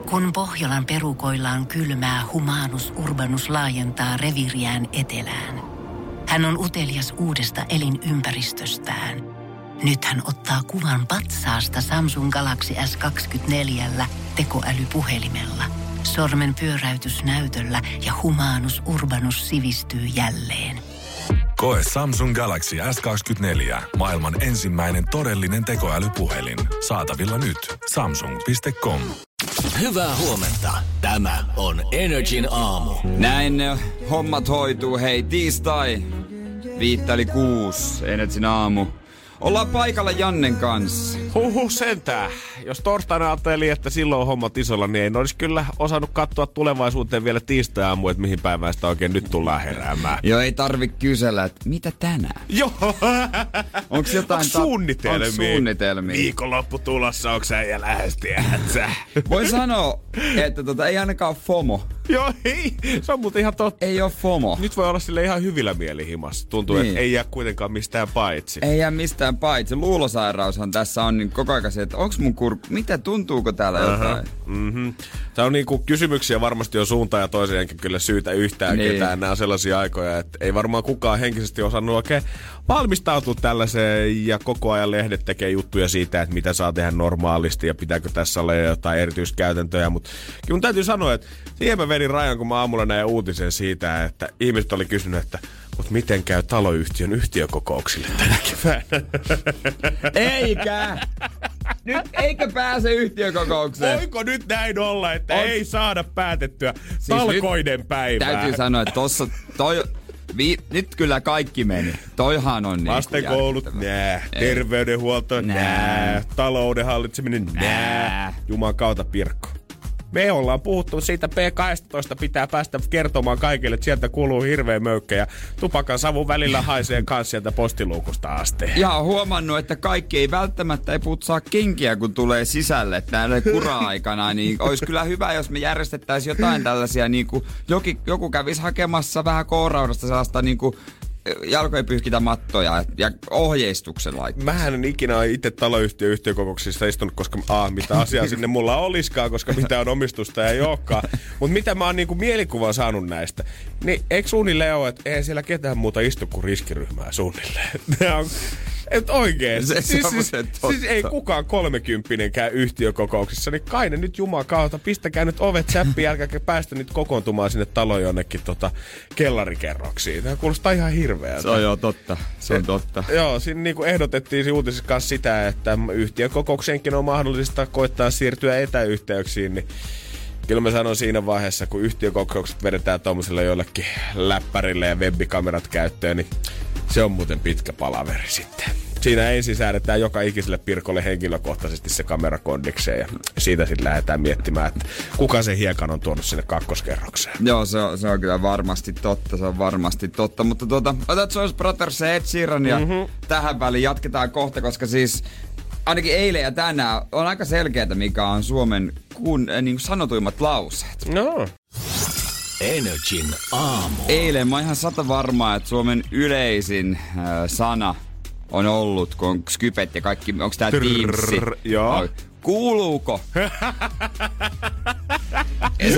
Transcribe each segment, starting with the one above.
Kun Pohjolan perukoillaan kylmää, Humanus Urbanus laajentaa reviiriään etelään. Hän on utelias uudesta elinympäristöstään. Nyt hän ottaa kuvan patsaasta Samsung Galaxy S24 tekoälypuhelimella. Sormen pyöräytys näytöllä ja Humanus Urbanus sivistyy jälleen. Koe Samsung Galaxy S24. Maailman ensimmäinen todellinen tekoälypuhelin. Saatavilla nyt. Samsung.com. Hyvää huomenta. Tämä on Energin aamu. Näin ne hommat hoituu. Hei, tiistai. 5:06. Energin aamu. Ollaan paikalla Jannen kanssa. Sentään. Jos torstaina ajatteli, että silloin on hommat isolla, niin en olisi kyllä osannut katsoa tulevaisuuteen vielä tiistai-aamu, että mihin päivään sitä oikein nyt tullaan heräämään. Joo, ei tarvi kysellä, että mitä tänään? Joo. Onks jotain suunnitelmia? Viikonloppu tulossa, onks äijä lähestiätsä? Voi sanoa, että ei ainakaan FOMO. Joo, ei. Se on muuten ihan totta. Ei oo FOMO. Nyt voi olla sille ihan hyvillä mielihimassa. Tuntuu, niin. Että ei jää kuitenkaan mistään paitsi. Ei jää mistään paitsi. Luulosairaushan tässä on niin koko ajan se, että onks mun mitä tuntuuko täällä jotain? Mm-hmm. Tää on niinku kysymyksiä varmasti jo suuntaan ja toiseen, enkä kyllä syytä yhtään ketään. Nämä on sellaisia aikoja, että ei varmaan kukaan henkisesti osannut oikein valmistautua tällaiseen ja koko ajan lehdet tekee juttuja siitä, että mitä saa tehdä normaalisti ja pitääkö tässä olla jotain erityiskäytäntöjä. Mutta kyllä mun täytyy sanoa, että siihen mä vedin rajan, kun mä aamulla näin uutisen siitä, että ihmiset oli kysynyt, että miten käy taloyhtiön yhtiökokouksille tänä keväänä? Eikä! Nyt eikö pääse yhtiökokoukseen? Voiko nyt näin olla, että ei saada päätettyä siis talkoiden päivää? Täytyy sanoa, että tossa nyt kyllä kaikki meni. Toihan on niin. Lastenkoulut, terveydenhuolto, talouden hallitseminen, Juman kautta Pirkko. Me ollaan puhuttu siitä P12 pitää päästä kertomaan kaikille, että sieltä kuuluu hirveä möykkä ja tupakan savun välillä haisee kans sieltä postiluukusta asti. Ja on huomannut, että kaikki ei välttämättä putsaa kinkiä, kun tulee sisälle näille kura-aikana, niin olisi kyllä hyvä, jos me järjestettäisiin jotain tällaisia, niin kuin joku kävisi hakemassa vähän kouraudasta sellaista niin kuin jalkojen pyyhkitä mattoja ja ohjeistuksen laittaa. Mähän en ikinä ole itse yhtiökokouksissa istunut, koska mitä asiaa sinne mulla oliskaan, koska mitä on omistusta ei olekaan. Mutta mitä mä oon niinku mielikuvan saanut näistä, niin eikö suunnilleen ole, että eihän siellä ketään muuta istu kuin riskiryhmää suunnilleen. Et oikein. Siis ei kukaan 30 käy yhtiökokouksissa, niin kai ne nyt jumakauta, pistäkää nyt ovet säppiin, älkääkä päästä nyt kokoontumaan sinne taloon jonnekin kellarikerroksiin. Tämä kuulostaa ihan hirveältä. Se on joo totta. Se on totta. Joo, siinä niinku ehdotettiin uutisissa kanssa sitä, että yhtiökokoukseenkin on mahdollista koittaa siirtyä etäyhteyksiin, niin kyllä mä sanon siinä vaiheessa, kun yhtiökokoukset vedetään tommoselle jollekin läppärille ja webbikamerat käyttöön, niin se on muuten pitkä palaveri sitten. Siinä ensin säädetään joka ikiselle Pirkolle henkilökohtaisesti se kamerakondikseen ja siitä sitten lähdetään miettimään, että kuka se hiekan on tuonut sinne kakkoskerrokseen. Joo, se on kyllä varmasti totta, mutta otat Jonas Brothers ja Ed Sheeran ja tähän väliin jatketaan kohta, koska siis ainakin eilen ja tänään on aika selkeää, mikä on Suomen niin sanotuimmat lauseet. No. Energin aamu. Eilen mä oon ihan 100% varmaa, että Suomen yleisin sana on ollut, kun on Skypet ja kaikki, onks tää Teamsi? Joo. Kuuluuko? Ja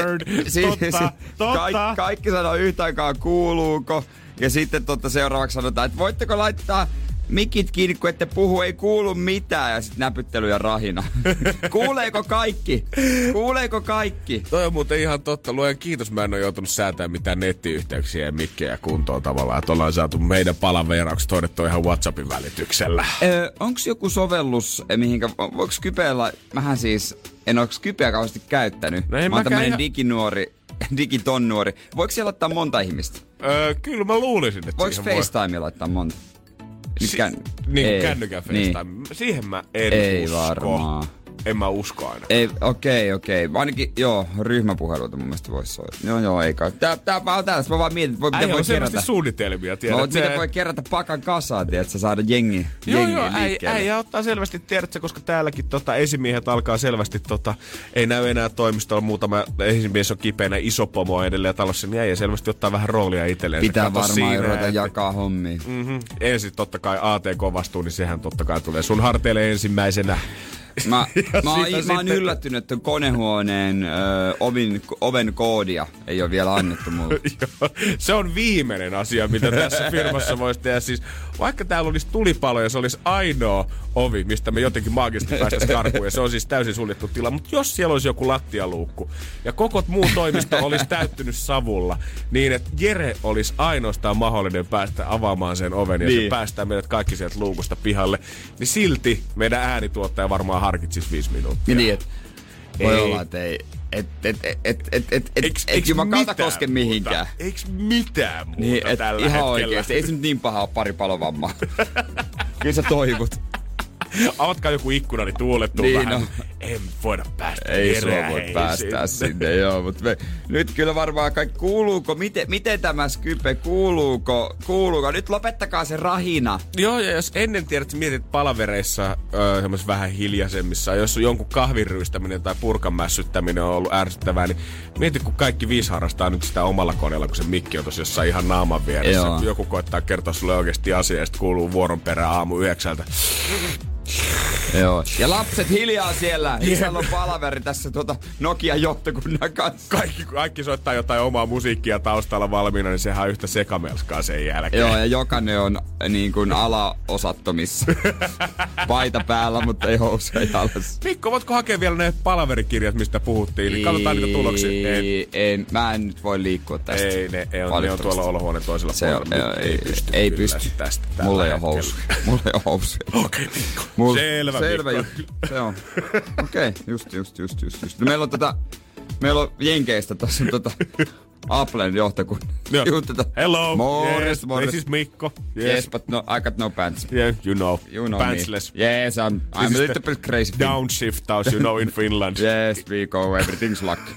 totta. Kaikki sanoo yhtä aikaa kuuluuko. Ja sitten seuraavaksi sanotaan, että voitteko laittaa mikit kiinni, kun ette puhu, ei kuulu mitään. Ja sitten näpyttely ja rahina. Kuuleeko kaikki? Toi on muuten ihan totta. Luen kiitos, mä en ole joutunut säätämään mitään nettiyhteyksiä ja mikkejä kuntoon tavallaan. Että ollaan saatu meidän palaveraukset hoidettua ihan WhatsAppin välityksellä. Onko joku sovellus, mihinkä, voiko Skypeellä, mähän siis en ole Skypeä kauheasti käyttänyt. No mä oon tämmönen digitonnuori. Voiko siellä laittaa monta ihmistä? Kyllä mä luulisin, että voiko FaceTimea laittaa monta? Kännykän FaceTime. Niin. Siihen mä en usko. Varmaan. En mä usko aina. Okei. Ainakin, ryhmäpuheluita mun mielestä voisi soida. Joo, ei kai. Tää on tällaista. Mä vaan mietin, että miten voi kerätä suunnitelmia, tiedät. Miten voi kerätä pakan kasaan, tiedätkö, saada jengi liikkeelle. Äijä ottaa selvästi, tiedätkö, koska täälläkin esimiehet alkaa selvästi, ei näy enää toimistolla, muutama esimies on kipeänä, iso pomo edelleen talossa, niin äijä selvästi ottaa vähän roolia itselleen. Pitää varmaan ruveta jakaa hommia. Ensin totta kai ATK-vastuu, niin sehän totta kai tulee sun harteille ensimmäisenä. Mä oon yllättynyt, että konehuoneen oven koodia ei ole vielä annettu mulle. Se on viimeinen asia, mitä tässä firmassa voisi tehdä. Siis, vaikka täällä olisi tulipalo ja se olisi ainoa ovi, mistä me jotenkin maagisesti päästäisiin karkuun, ja se on siis täysin suljettu tila. Mutta jos siellä olisi joku lattialuukku ja koko muu toimisto olisi täyttynyt savulla, niin että Jere olisi ainoastaan mahdollinen päästä avaamaan sen oven ja se päästää meidät kaikki sieltä luukusta pihalle, niin silti meidän äänituottaja varmaan harkitsisi 5 minuuttia. Niin, että voi olla, että ei... Et jumakauta koske mihinkään. Eiks mitään muuta niin, tällä ihan hetkellä? Oikeesti, ei se nyt niin paha ole pari palovammaa. Kyllä sä toivot. Avatkaa joku ikkuna, niin tuulettuu niin, vähän. No. En voida päästä. Ei sua voi päästää sinne, joo. Mutta nyt kyllä varmaan kaikki, kuuluuko, miten tämä Skype, kuuluuko? Nyt lopettakaa se rahina. Joo, ja jos ennen tiedät, että mietit palavereissa semmoisissa vähän hiljaisemmissa, jos on jonkun kahvin ryystäminen tai purkan mässyttäminen on ollut ärsyttävää, niin mieti, kun kaikki 5 harrastaa nyt sitä omalla koneella, kun se mikki on tossa jossain ihan naaman vieressä. Kun joku koettaa kertoa sulle oikeasti asiaa, ja sitten kuuluu vuoron perään aamu 9. Joo. Ja lapset hiljaa siellä. Isällä on palaveri tässä Nokian johtokunnan kanssa. Kaikki soittaa jotain omaa musiikkia taustalla valmiina, niin sehän on yhtä sekamelskaa sen jälkeen. Joo, ja jokainen on niin kuin alaosattomissa. Paita päällä, mutta ei housuja jalassa. Mikko, voitko hakea vielä ne palaverikirjat, mistä puhuttiin? Niin katsotaan niitä tuloksia. Mä en nyt voi liikkua tästä. Ne on tuolla olohuoneen toisella puolella. Ei pysty. Mulla ei ole housuja. Okei, Mikko. Selvä juttu. Se on. Okei, just. No meillä on Jenkeistä tossa Applen johtokunnan. Hello. Morris. This is Mikko. Yes, but I got no pants. Yeah, you know pantsless. Me. Yes, I'm a little bit crazy. Downshiftaus, you know, in Finland. Yes, we go, everything's lucky.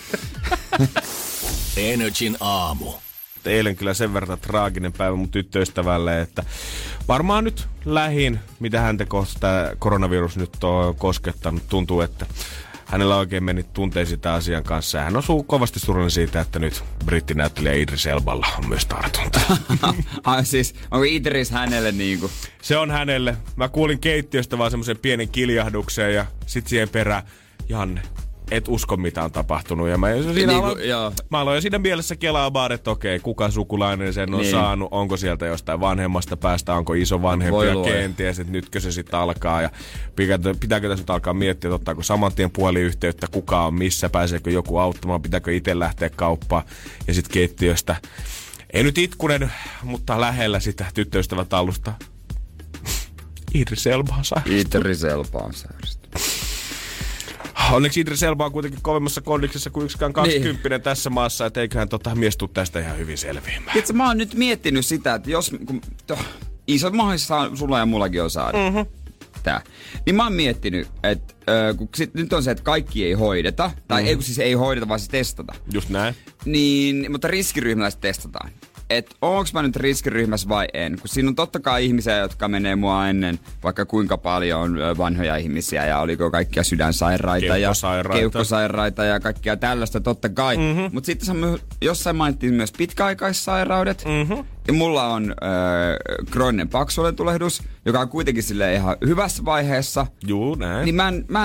Energin aamu. Eilen kyllä sen verran traaginen päivä mun tyttöystävälle, että varmaan nyt lähin, mitä häntä kohta tämä koronavirus nyt on koskettanut. Tuntuu, että hänellä oikein meni tunteisiin sitä asian kanssa. Ja hän osuu kovasti surullinen siitä, että nyt brittinäyttelijä Idris Elballa on myös tartunta. Siis, onko Idris hänelle niinku? Se on hänelle. Mä kuulin keittiöstä vaan semmoisen pienen kiljahduksen ja sit siihen perään, Janne, et usko mitä on tapahtunut. Ja mä aloin jo siinä mielessä kelaamaan, että okei, kuka sukulainen sen on saanut, onko sieltä jostain vanhemmasta päästä, onko isovanhempia kenties, että nytkö se sitten alkaa. Ja pitääkö tässä nyt alkaa miettiä, että ottaako saman tien puoliyhteyttä, kuka on missä, pääseekö joku auttamaan, pitääkö itse lähteä kauppaan. Ja sitten keittiöstä, ei nyt itkunen, mutta lähellä sitä tyttöystävän tallusta. Idris Elba on sairastunut. Onneksi Idris Elba on kuitenkin kovemmassa kondiksessa kuin yksikään 20 tässä maassa, et eiköhän mies tuu tästä ihan hyvin selviämään. Tiedätkö, mä oon nyt miettinyt sitä, että jos iso mahdollista sulla ja mullakin on saada tää. Niin mä oon miettinyt, että kun nyt on se, että kaikki ei hoideta, tai ei hoideta, vaan se testata. Just näin. Niin, mutta riskiryhmäläiset testataan. Että onks mä nyt riskiryhmässä vai en. Kun siinä on totta kai ihmisiä, jotka menee mua ennen, vaikka kuinka paljon vanhoja ihmisiä ja oliko kaikkia sydänsairaita ja keuhkosairaita ja kaikkia tällaista totta kai. Mutta sitten jossain mainittiin myös pitkäaikaissairaudet. Ja mulla on krooninen paksuolentulehdus, joka on kuitenkin silleen ihan hyvässä vaiheessa. Juu, näin. Niin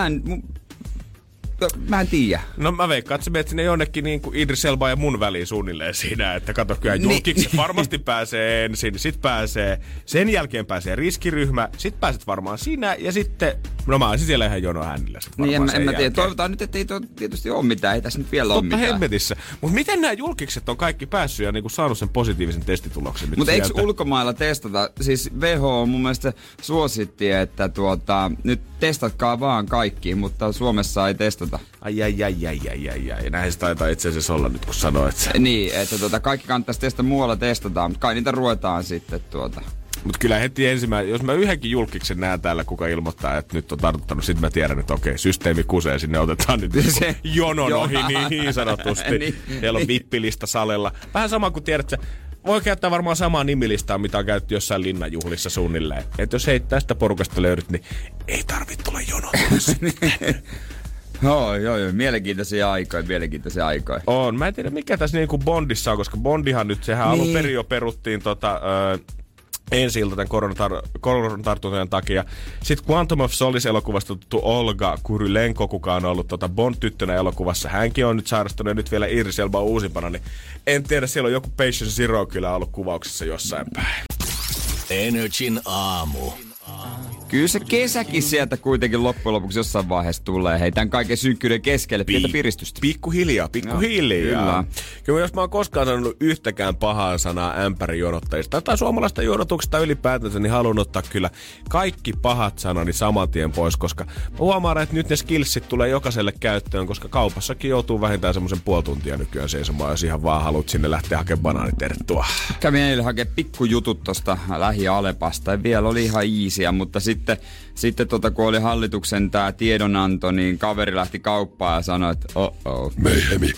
mä en tiedä. No mä veikkaan, että sä menet sinne jonnekin niin kuin Idris Elba ja mun väliin suunnilleen siinä, että kato kyllä julkiksi varmasti pääsee ensin, sit pääsee, sen jälkeen pääsee riskiryhmä, sit pääset varmaan sinä ja sitten, no mä olisin siellä ihan jono hännillä. Niin en mä tiedä, toivotaan nyt, että ei tietysti ole mitään, ei tässä nyt vielä ole mitään. Totta hemmetissä. Mutta miten nämä julkikset on kaikki päässyt ja niin kuin saanut sen positiivisen testituloksen? Mutta eikö ulkomailla testata? Siis WHO mun mielestä suositti, että nyt testatkaa vaan kaikki, mutta Suomessa ei testata. Ai. Näin se taitaa itse asiassa olla nyt, kun sanoit sen. Niin, että kaikki kannattaisi testata muualla testataan, mutta kai niitä ruvetaan sitten Mutta kyllä heti ensimmäinen, jos mä yhdenkin julkiksen näen täällä, kuka ilmoittaa, että nyt on tartuttanut, sit mä tiedän, että okei, systeemi kusee, sinne otetaan nyt jonon ohi niin sanotusti. Niin. Siellä on vippilista salella. Vähän sama kuin tiedät, että voi käyttää varmaan samaa nimilistaa, mitä on käytetty jossain linnanjuhlissa suunnilleen. Että jos ei tästä porukasta löydyt, niin ei tarvitse tulla jonotulla sitten. Joo, mielenkiintoisia aikoja. On. Mä en tiedä, mikä tässä niinku Bondissa on, koska Bondihan nyt, sehän alun perin jo peruttiin ensi ilta tämän koronatartuntojen takia. Sitten Quantum of Solace-elokuvasta tuttu Olga Kurylenko, kuka on ollut Bond-tyttönä elokuvassa. Hänkin on nyt sairastunut ja nyt vielä Idris Elba uusimpana, niin en tiedä, siellä on joku Patient Zero kyllä ollut kuvauksessa jossain päin. NRJ:n aamu. Kyllä se kesäkin sieltä kuitenkin loppujen lopuksi jossain vaiheessa tulee. Hei, tämän kaiken synkkyyden keskelle pientä piristystä. Pikkuhiljaa. Kyllä jos mä oon koskaan sanonut yhtäkään pahaa sanaa ämpärijonottajista tai suomalaista jonotuksesta ylipäätänsä, niin haluan ottaa kyllä kaikki pahat sanani saman tien pois, koska mä huomaan, että nyt ne skillsit tulee jokaiselle käyttöön, koska kaupassakin joutuu vähintään semmoisen puoli tuntia nykyään seisomaan, jos ihan vaan haluat sinne lähteä hakemaan banaaniterttua. Kävin eilen hakemaan pikkujutut tosta Lähi-Alepasta ja vielä oli ihan easyä, mutta sitten kun oli hallituksen tää tiedonanto, niin kaveri lähti kauppaan ja sanoi, että Meihemi.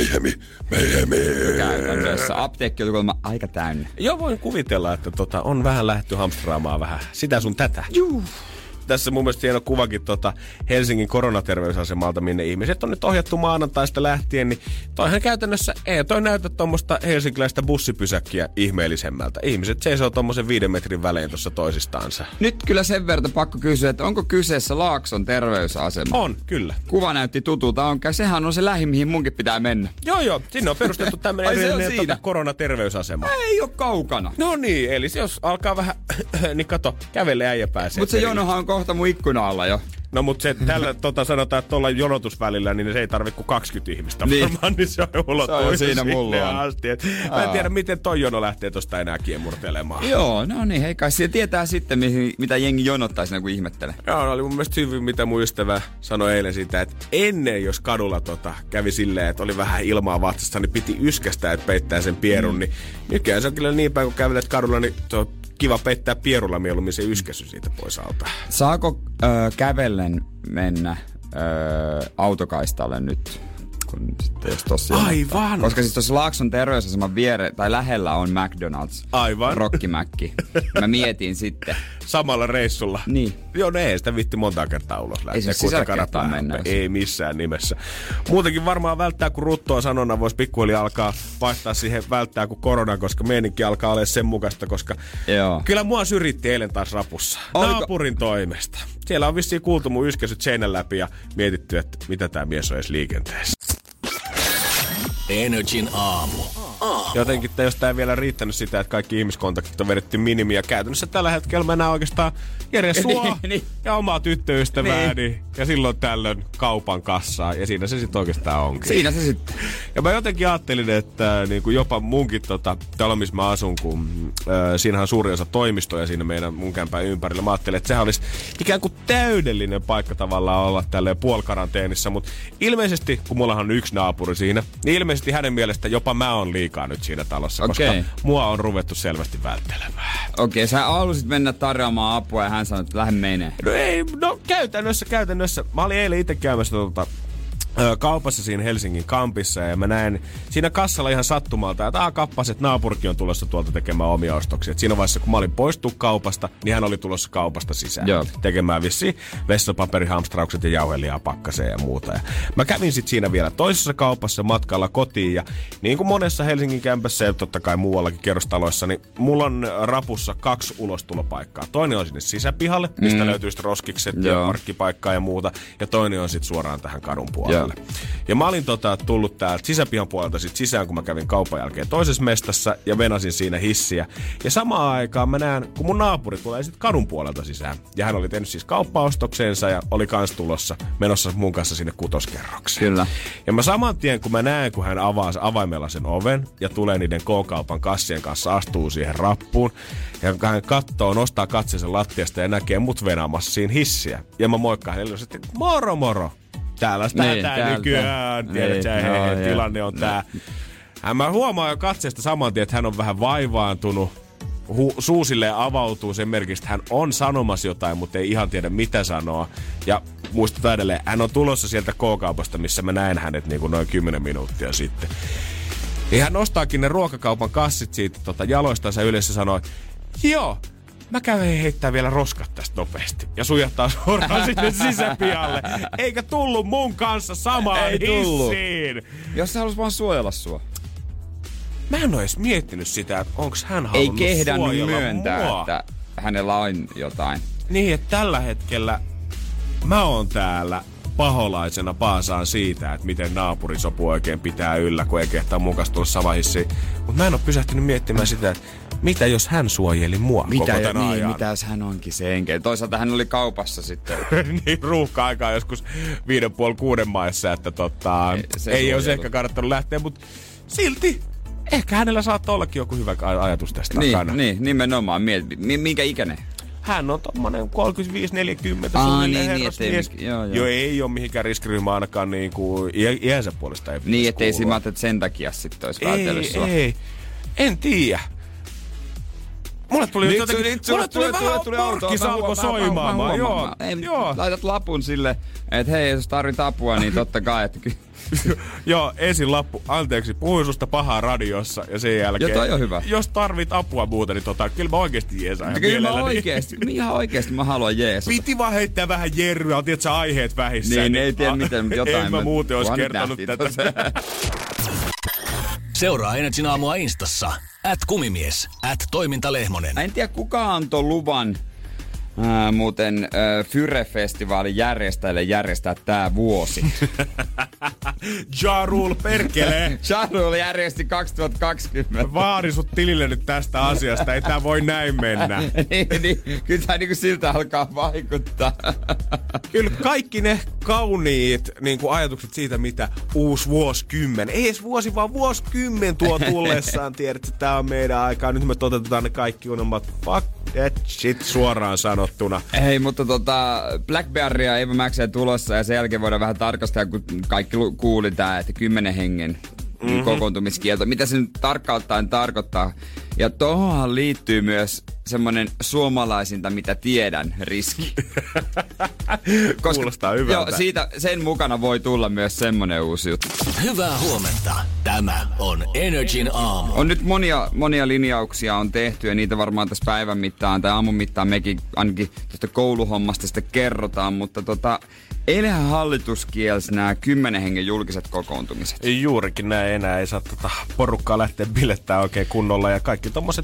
Käytännössä apteekki oli kuulemma aika täynnä. Joo, voin kuvitella, että on vähän lähdetty hamstraamaan vähän sitä sun tätä. Juu. Tässä mun mielestä hieno kuvakin Helsingin koronaterveysasemalta, minne ihmiset on nyt ohjattu maanantaista lähtien, niin toihan käytännössä ei toi näytä tuommoista helsinkiläistä bussipysäkkiä ihmeellisemmältä. Ihmiset seisoo tommosen 5 metrin välein tuossa toisistaansa. Nyt kyllä sen verran pakko kysyä, että onko kyseessä Laakson terveysasema? On, kyllä. Kuva näytti tutulta, sehän on se lähin, mihin munkin pitää mennä. Joo, sinne on perustettu tämmöinen koronaterveysasema. Ei oo kaukana. No niin, eli jos alkaa vähän, niin kato, kävele äijä pääsee. Mut se jonohan on kohta mun ikkuna alla jo. No mut se tällä sanotaan, että tuolla jonotusvälillä, niin se ei tarvi kuin 20 ihmistä niin. varmaan, niin se on ulottu siinä mulla asti. Mä en tiedä, miten toi jono lähtee tosta enää kiemurtelemaan. Joo, no niin, hei kai siellä tietää sitten, mitä jengi jonottaa siinä, kun ihmettelee. Joo, no oli mun mielestä hyvin, mitä mun ystävä sanoi eilen siitä, että ennen jos kadulla kävi silleen, että oli vähän ilmaa vatsassa, niin piti yskästä, että peittää sen pierun, niin nykyään se on kyllä niin päin, kun kävelet kadulla, niin kiva peittää pierulla mieluummin se yskäsy siitä pois alta. Saako kävellen mennä autokaistalle nyt? Kun sitten jos tossa aivan! Koska siis tuossa Laakson terveysaseman tai lähellä on McDonald's. Aivan. Rockimäkki. Mä mietin sitten. Samalla reissulla. Niin. Joo, ne ei sitä vitti monta kertaa ulos lähteä. Ei se sisällä mennä. Ei missään nimessä. Muutenkin varmaan välttää, kun ruttoa sanona voisi pikkuhiljaa alkaa vaihtaa siihen välttää kuin korona, koska meininki alkaa olla sen mukaista, koska joo. Kyllä mua syrjitti eilen taas rapussa. Naapurin toimesta. Siellä on vissiin kuultu mun yskäsyt seinän läpi ja mietitty, että mitä tää mies on edes liikenteessä. NRJ:n aamu. Jotenkin, jos tää ei vielä riittänyt sitä, että kaikki ihmiskontaktit on vedetty minimiä. Käytännössä tällä hetkellä mä näen oikeastaan Jere sua niin. ja omaa tyttöystävääni ja silloin tällöin kaupan kassaa. Ja siinä se sitten oikeastaan onkin. Siinä se sitten. Ja mä jotenkin ajattelin, että niin kuin jopa munkin talo, missä mä asun, kun siinähän on suuri osa toimistoja siinä mun kämpään ympärillä. Mä ajattelin, että sehän olisi ikään kuin täydellinen paikka tavallaan olla tälleen puolikaranteenissa. Mutta ilmeisesti, kun mullahan on yksi naapuri siinä, niin ilmeisesti hänen mielestä jopa mä oon liikaa nyt siinä talossa, koska mua on ruvettu selvästi välttelemään. Okei, sä halusit mennä tarjoamaan apua ja hän sanoi, että lähde menee. No ei, käytännössä. Mä olin eilen itse käymässä kaupassa siinä Helsingin kampissa ja mä näen siinä kassalla ihan sattumalta, että kappaset naapurikin on tulossa tuolta tekemään omia ostoksia. Et siinä vaiheessa, kun mä olin poistunut kaupasta, niin hän oli tulossa kaupasta sisään. Joo. Tekemään vissiin vessapaperihamstraukset ja jauhelia pakkaseen ja muuta. Ja mä kävin sitten siinä vielä toisessa kaupassa matkalla kotiin ja niin kuin monessa Helsingin kämpässä ja totta kai muuallakin kerrostaloissa, niin mulla on rapussa 2 ulostulopaikkaa. Toinen on sinne sisäpihalle, mistä löytyy sitten roskikset ja parkkipaikkaa ja muuta. Ja toinen on sitten suoraan tähän kadun puolelle. Ja mä olin tullut täältä sisäpihan puolelta sit sisään, kun mä kävin kaupan jälkeen toisessa mestassa ja venasin siinä hissiä. Ja samaan aikaan mä näen, kun mun naapuri tulee sit kadun puolelta sisään. Ja hän oli tehnyt siis kauppaostoksensa ja oli kans tulossa menossa mun kanssa sinne 6. kerrokseen. Kyllä. Ja mä saman tien, kun mä näen, kun hän avaa avaimella sen oven ja tulee niiden K-kaupan kassien kanssa, astuu siihen rappuun. Ja hän kattoo, nostaa katseensa lattiasta ja näkee mut venaamassa siinä hissiä. Ja mä moikkaan hänelle, että moro. Tällaista tää nykyään. Tiedät sä, tilanne on tää. Mä huomaan jo katseesta saman tien, että hän on vähän vaivaantunut. Suu silleen avautuu sen merkistä, hän on sanomassa jotain, mutta ei ihan tiedä mitä sanoa. Ja muistutaan edelleen, hän on tulossa sieltä K-kaupasta, missä mä näen hänet niin kuin noin 10 minuuttia sitten. Ja hän nostaakin ne ruokakaupan kassit siitä jaloistansa ylös ja sanoo, joo, mä käyn heittää vielä roskat tästä nopeasti. Ja sujahtaa suoraan sinne sisäpihalle. Eikä tullut mun kanssa samaan hissiin. Jos se halus vaan suojella sua. Mä en oo edes miettinyt sitä, että onks hän halunnut ei kehdannut suojella myöntää, mua. että hänellä on jotain. Niin, että tällä hetkellä mä oon täällä paholaisena paasaan siitä, että miten naapurisopu oikein pitää yllä, kun ei kehtaa mukas tulla savahissiin. Mutta mä en oo pysähtynyt miettimään sitä, että mitä jos hän suojeli mua koko tämän ajan. Mitä jos hän onkin se enkeli? Toisaalta hän oli kaupassa sitten. Niin, ruuhka-aikaa joskus 5,5-6 maissa, että ei olisi ehkä kannattanut lähteä, mutta silti ehkä hänellä saattaa ollakin joku hyvä ajatus tästä takana. Niin, nimenomaan. Minkä ikäinen? Hän on tommonen 35-40 suunnilleen herrasmies. Joo, ei oo mihinkään riskiryhmä ainakaan niinku iänsä puolesta ei niin, ettei siinä että sen takia sitten olisi vältellyt sua. Ei, en tiedä. Mulle tuli vähän porkkisalko soimaamaan. Joo. Laitat lapun sille, että hei, jos tarvit apua, niin totta kai, että Joo, ensin lappu. Anteeksi, puhuin susta pahaa radiossa ja sen jälkeen. Ja toi on hyvä. Jos tarvit apua muuta, niin kyllä mä oikeesti jeesaan. Kyllä mä ihan oikeesti mä haluan jeesata. Piti vaan heittää vähän jerryä, on tiedät sä aiheet vähissä. Niin, ei tiedä miten jotain. En mä muuten ois kertonut tätä. Seuraa Energin aamua Instassa. @kumimies, @toimintalehmonen. En tiedä kuka antoi luvan muuten Fyre-festivaalin järjestäjille järjestää tää vuosi. Ja Rule, perkele! Ja Rule järjesti 2020. Vaari sut tilille nyt tästä asiasta, ei tää voi näin mennä. niin, kyllä tää niinku siltä alkaa vaikuttaa. Kyllä kaikki ne kauniit niinku ajatukset siitä, mitä uusi vuosikymmen, ei edes vuosi, vaan vuosikymmen tuo tullessaan. Tiedät, että tää on meidän aikaa. Nyt me toteutetaan ne kaikki unelmat. Fuck that shit suoraan sanottuna. Ei, mutta Blackberrya Eva Maxeen tulossa ja sen jälkeen voidaan vähän tarkastaa, kun kaikki kuuli tää, että 10 hengen kokoontumiskielto. Mitä se nyt tarkkaan tarkoittaa? Ja tohonhan liittyy myös semmonen suomalaisinta, mitä tiedän, riski. Kuulostaa hyvältä. Joo, sen mukana voi tulla myös semmonen uusi juttu. Hyvää huomenta. Tämä on Energin aamu. On nyt monia linjauksia on tehty ja niitä varmaan tässä päivän mittaan tai aamun mittaan mekin ainakin tuosta kouluhommasta sitten kerrotaan, mutta eilähän hallitus kielsi nämä 10 hengen julkiset kokoontumiset. Juurikin näin, enää ei saa porukkaa lähteä bilettää oikein kunnolla ja kaikki tommoset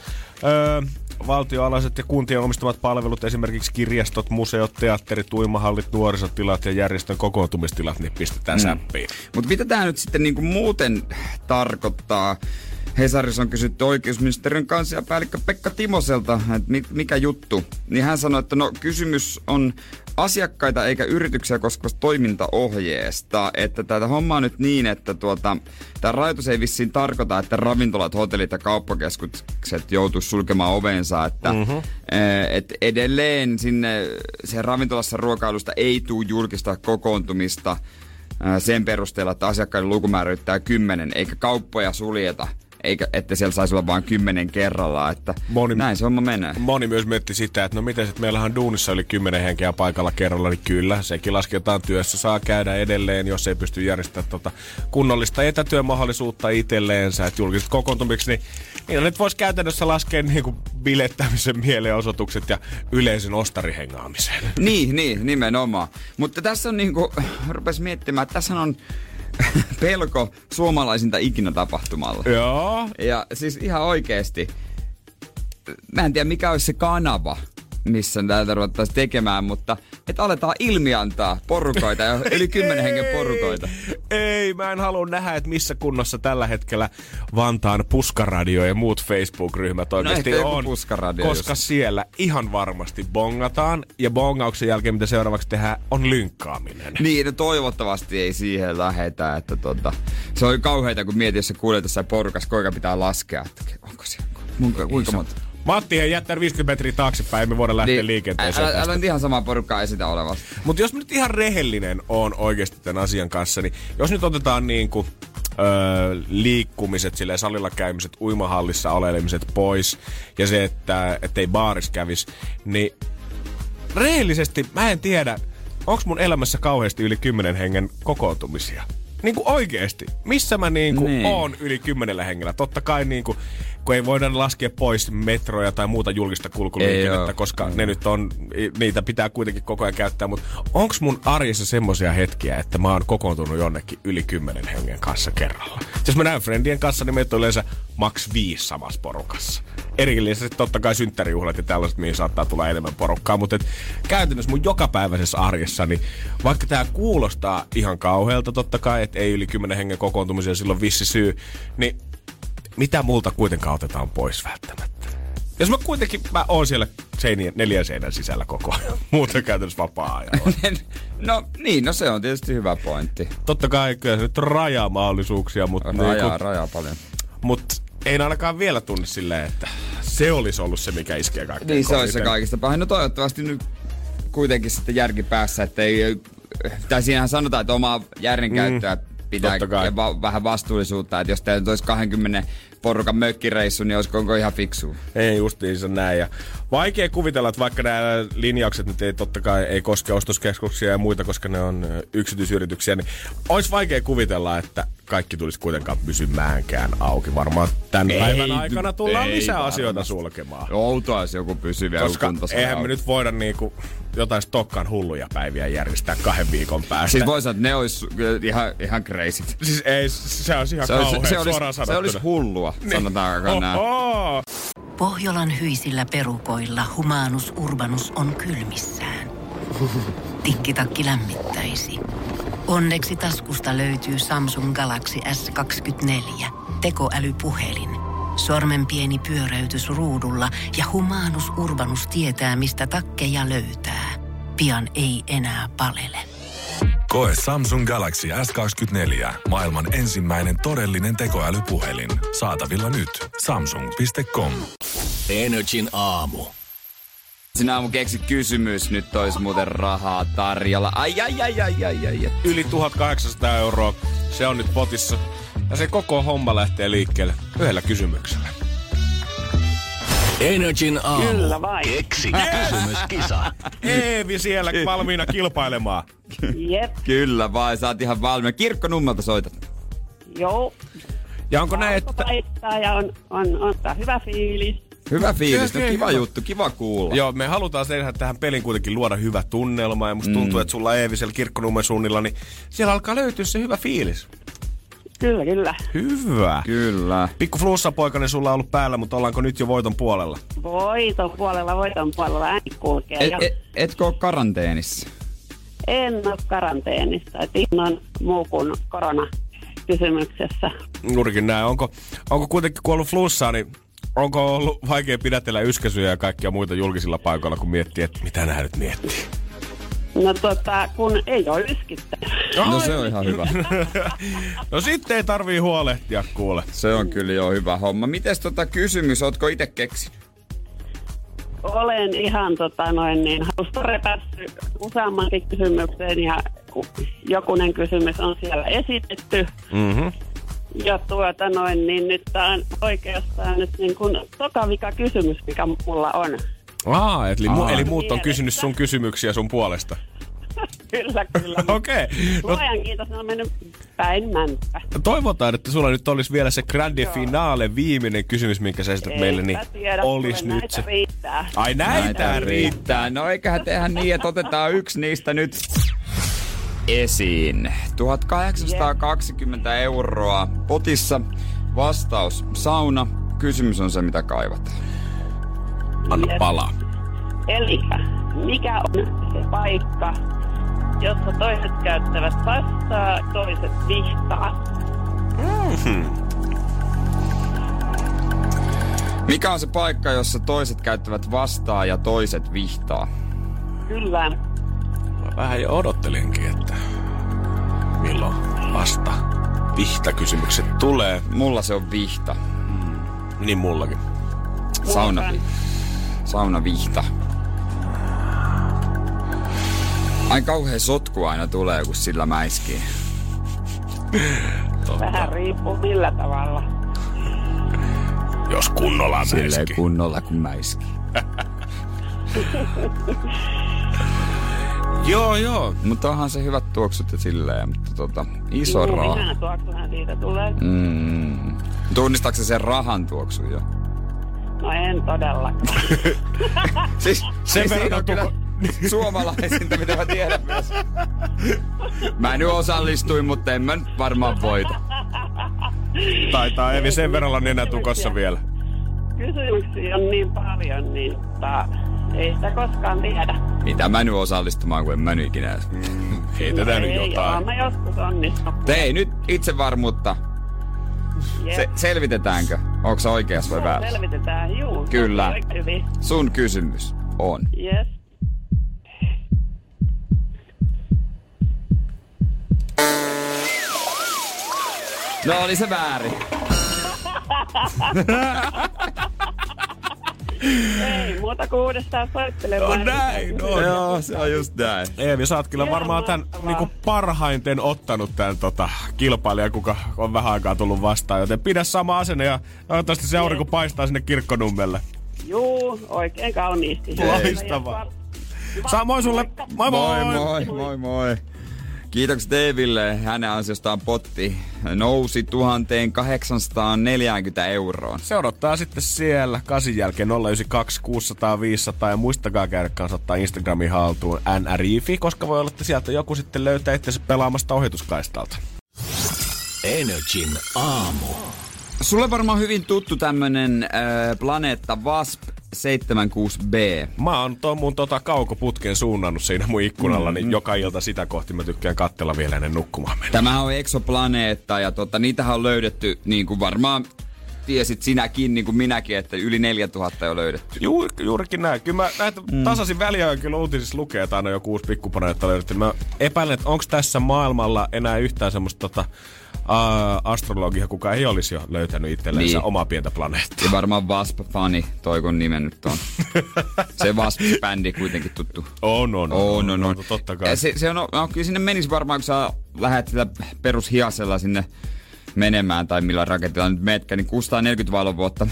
valtioalaiset ja kuntien omistamat palvelut, esimerkiksi kirjastot, museot, teatterit, uimahallit, nuorisotilat ja järjestön kokoontumistilat, niin pistetään säppiin. Mutta mitä tää nyt sitten niinku muuten tarkoittaa? Hesarissa on kysytty oikeusministeriön kansliapäällikkö Pekka Timoselta, että mikä juttu. Niin hän sanoi, että kysymys on asiakkaita eikä yrityksiä koskevasta toimintaohjeesta. Että tätä hommaa nyt niin, että tämä rajoitus ei vissiin tarkoita, että ravintolat, hotellit ja kauppakeskukset joutuisi sulkemaan ovensa. Että et edelleen sinne se ravintolassa ruokailusta ei tule julkista kokoontumista sen perusteella, että asiakkaiden lukumäärä yrittää 10, eikä kauppoja suljeta. Eikä, että siellä saisi olla vain 10 kerrallaan, että näin se homma menee. Moni myös mietti sitä, että miten sit meillähän duunissa yli 10 henkeä paikalla kerralla, niin kyllä, sekin lasketaan työssä, saa käydä edelleen, jos ei pysty järjestämään kunnollista etätyömahdollisuutta itselleensä, että julkiset kokoontumiksi, niin nyt voisi käytännössä laskea niinku bilettämisen mielenosoitukset ja yleisen ostarihengaamisen. Niin, nimenomaan. Mutta tässä on rupes miettimään, että tässä on pelko suomalaisinta ikinä tapahtumalla. Joo. Ja siis ihan oikeesti, mä en tiedä mikä olisi se kanava, missä täältä ruvettaisiin tekemään, mutta että aletaan ilmiantaa porukoita ja yli 10 hengen porukoita. Ei, mä en halua nähdä, että missä kunnossa tällä hetkellä Vantaan Puskaradio ja muut Facebook-ryhmät oikeasti on. Koska just siellä ihan varmasti bongataan ja bongauksen jälkeen mitä seuraavaksi tehdään on lynkkaaminen. Niin, toivottavasti ei siihen lähetä, että se on kauheita, kun mietit, jos sä kuulet jossain porukassa, kuinka pitää laskea, että onko siellä, kuinka monta. Matti ei jättää 50 metriä taaksepäin, me voidaan lähteä liikenteeseen. Älä nyt ihan samaa porukkaa esitä olevasta. Mutta jos mä nyt ihan rehellinen on oikeasti tämän asian kanssa, niin jos nyt otetaan liikkumiset, silleen salilla käymiset, uimahallissa olelemiset pois ja se, että ei baaris kävis, niin rehellisesti mä en tiedä, onko mun elämässä kauheasti yli 10 hengen kokoontumisia. Oikeesti. Missä mä oon yli 10 hengellä? Totta kai kun ei voida laskea pois metroja tai muuta julkista kulkuliikennettä, koska ne nyt on, niitä pitää kuitenkin koko ajan käyttää, mutta onks mun arjessa semmosia hetkiä, että mä oon kokoontunut jonnekin yli 10 hengen kanssa kerralla? Jos mä näen friendien kanssa, niin meitä on yleensä maks 5 samassa porukassa. Erillisesti totta kai synttärijuhlat ja tällaiset, mihin saattaa tulla enemmän porukkaa, mutta käytännössä mun jokapäiväisessä arjessa, niin vaikka tää kuulostaa ihan kauhealta totta kai, että ei yli 10 hengen kokoontumisia, silloin vissi syy, niin mitä multa kuitenkaan otetaan pois välttämättä? Jos mä oon siellä 4 seinän sisällä koko ajan, muuten käytännössä vapaa-ajalla. No se on tietysti hyvä pointti. Totta kai kyllä se nyt on rajamahdollisuuksia, mutta... Rajaa paljon. Mutta ei ainakaan vielä tunne silleen, että se olisi ollut se, mikä iskee kaikkein niin se olisi se kaikista pahin. No toivottavasti nyt kuitenkin sitten järki päässä, että ei... Tai siinähän sanotaan, että omaa järjenkäyttöä pitää ja vähän vastuullisuutta, että jos teillä olisi 20 porukan mökkireissu, niin olisiko ihan fiksua? Ei justiinsa näin. Ja vaikea kuvitella, että vaikka nämä linjaukset nyt ei totta kai ei koske ostoskeskuksia ja muita, koska ne on yksityisyrityksiä, niin olisi vaikea kuvitella, että kaikki tulisi kuitenkaan pysymäänkään auki. Varmaan tämän päivän aikana tullaan lisää asioita sulkemaan. Outoa, jos joku pysyy vielä koska eihän me nyt voida niinku jotain Stokkan hulluja päiviä järjestää 2 viikon päästä. Siis voisi että ne olisi ihan crazyt. Siis ei, se olisi ihan kauhean suoraan sanottuna. Se olisi hullua, niin. Sanotaanko näin. Pohjolan hyisillä perukoilla Humanus Urbanus on kylmissään. Tikkitakki lämmittäisi. Onneksi taskusta löytyy Samsung Galaxy S24. Tekoälypuhelin. Sormenpieni pyöräytys ruudulla ja Humanus Urbanus tietää, mistä takkeja löytää. Pian ei enää palele. Koe Samsung Galaxy S24. Maailman ensimmäinen todellinen tekoälypuhelin. Saatavilla nyt. Samsung.com. Energin aamu. Sinä aamu keksi kysymys, nyt olisi muuten rahaa tarjolla. Ai. Yli 1 800 €. Se on nyt potissa. Ja se koko homma lähtee liikkeelle yhdellä kysymyksellä. Energin aamu. Kyllä vai? Keksi kysymyskisa. Eevi siellä valmiina kilpailemaan. Jep. Kyllä vai, sä oot ihan valmiina. Kirkkonummelta soitat. Joo. Ja onko näin, että... Ja on hyvä fiilis. Hyvä fiilis, no kiva juttu, kiva kuulla. Joo, me halutaan tehdä tähän pelin kuitenkin luoda hyvä tunnelma. Ja musta tuntuu, että sulla Eevi siellä Kirkkonummen suunnilla, niin siellä alkaa löytyä se hyvä fiilis. Kyllä. Hyvä. Kyllä. Pikku flussapoikainen sulla on ollut päällä, mutta ollaanko nyt jo voiton puolella? Voiton puolella ääni kulkee. Etkö ole karanteenissa? En ole karanteenissa, että ihan muu kuin koronakysymyksessä. Juurikin näin. Onko kuitenkin, kun on ollut flussaa, niin onko ollut vaikea pidätellä yskäsyjä ja kaikkia muita julkisilla paikoilla, kun miettii, että mitä nää nyt miettii? No kun ei ole yskittä. No se on ihan hyvä. No sitten ei tarvii huolehtia, kuule. Se on kyllä jo hyvä homma. Mites kysymys, ootko itse keksinyt? Olen ihan halusta repässyt useammankin kysymykseen ja jokunen kysymys on siellä esitetty. Mm-hmm. Ja niin nyt tää on oikeastaan nyt niin kuin tokavika kysymys, mikä mulla on. Eli muut on kysynyt sun kysymyksiä sun puolesta. Kyllä. Okei. Luojan kiitos, on mennyt päin mäntä. Toivotaan, että sulla nyt olisi vielä se grande finale, viimeinen kysymys, minkä sä esität meille, niin olisi nyt se. Riittää. Ai näitä riittää. No eiköhän tehdä niin, että otetaan yksi niistä nyt esiin. 1820 € potissa. Vastaus sauna. Kysymys on se, mitä kaivataan. Anna palaa. Elikkä, mikä on se paikka, jossa toiset käyttävät vastaa, toiset vihtaa? Mm-hmm. Mikä on se paikka, jossa toiset käyttävät vastaa ja toiset vihtaa? Kyllä. Mä vähän jo odottelinkin, että milloin vasta vihtakysymykset tulee. Mulla se on vihta. Niin mullakin. Saunavihta. Ai kauhea sotku aina tulee, kun sillä mäiskii. Vähän riippuu millä tavalla. Jos kunnolla mäiskii. Silleen kunnolla kun mäiskii. Joo. Mutta onhan se hyvät tuoksut ja silleen, mutta iso raha. Minä tuoksuhan siitä tulee. Tunnistaako se sen rahan tuoksun jo? No en todellakaan. siis siinä on kyllä suomalaisinta, mitä mä tiedän myös. Mä nyt osallistuin, mutta en mä nyt varmaan voita. Taitaa Eevi sen verran olla nenätukossa vielä. Kysymyksiä on niin paljon, niin ei sitä koskaan tiedä. Mitä mä nyt osallistumaan, kun en mä nyt ikinä. Heitetään nyt jotain. Ei, mä joskus onnistunut. Ei nyt itsevarmuutta. Selvitetäänkö? Onko se oikeas vai väärässä? Selvitetään, juu. Kyllä. Sun kysymys on. Yes. No oli se väärin. Ei muuta kuin uudestaan soittelemaan. No näin, no. Joo, se on just näin. Eevi, sä oot kyllä varmaan tän niinku parhaiten ottanut tän kilpailijan, kuka on vähän aikaa tullut vastaan. Joten pidä sama asenne ja toivottavasti se aurinko paistaa sinne Kirkkonummelle. Juu, oikein kauniisti. Loistavaa. Samoin sulle. Moi moi. Moi. Kiitokset Eeville. Hänen ansiostaan potti nousi 1840 euroon. Se odottaa sitten siellä 8 jälkeen 092 600 500 ja muistakaa käydä kanssa ottaa Instagramin haltuun NRIFI, koska voi olla, että sieltä joku sitten löytää itsensä pelaamasta ohituskaistalta. Energin aamu. Sulle varmaan hyvin tuttu tämmönen planeetta Wasp 76b. Mä oon mun kaukoputken suunnannut siinä mun ikkunalla, niin joka ilta sitä kohti mä tykkään katsella vielä ennen nukkumaan mennä. Tämähän on eksoplaneetta ja niitähän on löydetty niin kuin varmaan tiesit sinäkin, niin kuin minäkin, että yli 4000 on löydetty. Juurikin näin. Kyllä mä näitä tasaisin väliajoin kyllä uutisissa lukee, että aina joku uusi pikkuplaneetta löydetty. Mä epäilen, että onko tässä maailmalla enää yhtään semmoista astrologia, kuka ei olisi jo löytänyt itsellensä omaa pientä planeettaa. Ja varmaan Wasp-fani, toi kun nimen nyt on. Se Wasp-bändi kuitenkin tuttu. On. Totta kai. Se on, kyllä sinne menisi varmaan, kun sä lähdet sillä perushiasella sinne menemään, tai millä raketilla nyt metkä, niin 640 valovuotta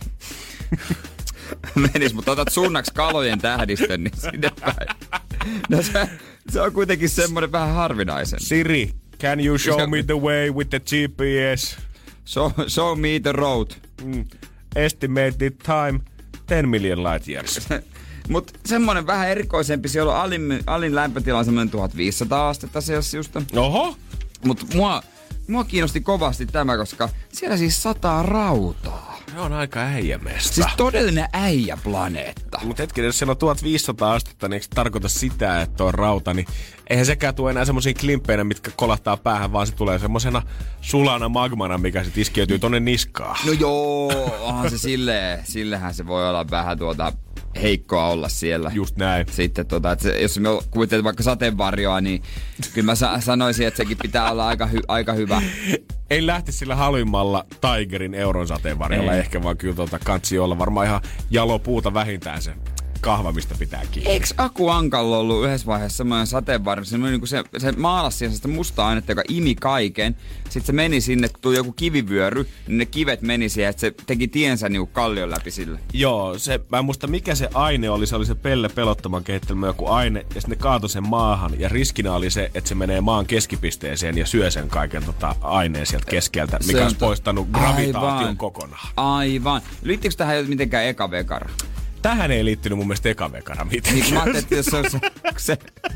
menis, mutta otat suunnaksi kalojen tähdistön, niin sinne päin. No se on kuitenkin semmoinen vähän harvinaisen. Siri, can you show me the way with the GPS? Show me the road. Estimated time 10 million light years. Mut semmonen vähän erikoisempi, siellä on alin lämpötila on semmonen 1500 astetta Celsiusta. Oho! Mut mua kiinnosti kovasti tämä, koska siellä siis sataa rautaa. Se on aika äijämesta. Siis todellinen äijäplaneetta. Mut hetkinen, jos siellä on 1500 astetta, niin eikö se tarkoita sitä, että on rauta, niin eihän sekään tule enää semmosia klimppeinä, mitkä kolahtaa päähän, vaan se tulee semmosena sulana magmana, mikä sit iskeytyy tonne niskaan. No joo, onhan se sillehän se voi olla vähän heikkoa olla siellä. Just näin. Sitten jos me kuvittelet vaikka sateenvarjoa, niin kyllä mä sanoisin, että sekin pitää olla aika hyvä. Ei lähti sillä halvimmalla Tigerin euron sateenvarjolla ehkä, vaan kyllä kansi olla varmaan ihan jalopuuta vähintään se kahva, mistä pitää kiinni. Eikö Aku Ankalla ollut yhdessä vaiheessa semmoinen sateenvarjo? Se maalasi siihen sitä mustaa ainetta, joka imi kaiken. Sitten se meni sinne, kun tuli joku kivivyöry, niin ne kivet meni siihen, että se teki tiensä niinku kallion läpi sille. Joo, mä en muista mikä se aine oli. Se oli se Pelle Pelottoman kehittelemä joku aine, ja sitten ne kaatoi sen maahan. Ja riskinä oli se, että se menee maan keskipisteeseen ja syö sen kaiken aineen sieltä keskeltä, mikä olisi poistanut gravitaation kokonaan. Aivan. Liittyykö tähän jo mitenkään eka vekara? Tähän ei liittynyt mun mielestä eka vekara mitenkään. Niin mä ajattelin, että jos se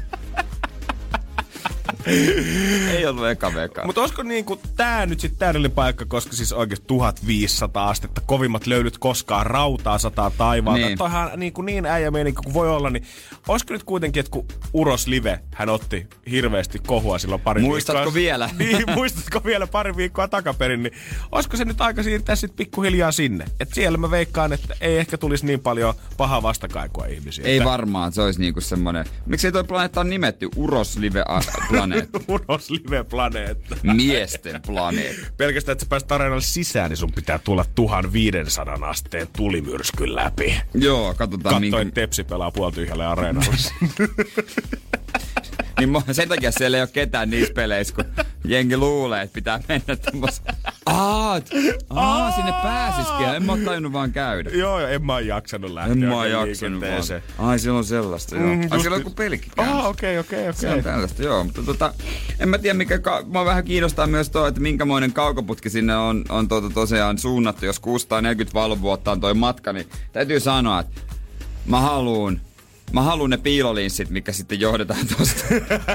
ei ollut eka vekara. Mutta olisiko niinku tää nyt sit täydellinen paikka, koska siis oikeesti 1500 astetta, kovimmat löydyt koskaan, rautaa sataa taivaalta. Niin. Toihan niin äijä meininki kuin voi olla, niin olisiko nyt kuitenkin, että kun Uros Live, hän otti hirveästi kohua silloin pari Muistatko vielä? Niin, muistatko vielä pari viikkoa takaperin, niin olisiko se nyt aika siirtää sit pikkuhiljaa sinne? Et siellä mä veikkaan, että ei ehkä tulisi niin paljon pahaa vastakaikua ihmisiä. Ei varmaan, se olisi niinku semmonen. Miksei toi planeetta on nimetty Uros Live-planeetta? Uros Live-planeetta. Miesten planeetta. Pelkästään, että sä pääset areenalle sisään, niin sun pitää tulla 1500 asteen tulimyrskyn läpi. Joo, katsotaan. Katsoin, Tepsi pelaa puoltyhjälle areenalle. Niin sen takia siellä ei ole ketään niissä peleissä, kun jengi luulee, että pitää mennä tommos Sinne pääsisikin. En mä oo tajunnut vaan käydä. Joo, en mä oo jaksanut lähteä. En mä oo jaksanut vaan. Ai, siellä on sellaista, joo. Ai, siellä on joku pelikin käynnissä. Okei. Se on tällaista, joo. Mutta en mä tiedä, mä vähän kiinnostaa myös tuo, että minkämoinen kaukoputki sinne on tosiaan suunnattu. Jos 640 valovuotta on toi matka, niin täytyy sanoa, että mä haluun ne piilolinssit, mikä sitten johdetaan tosta.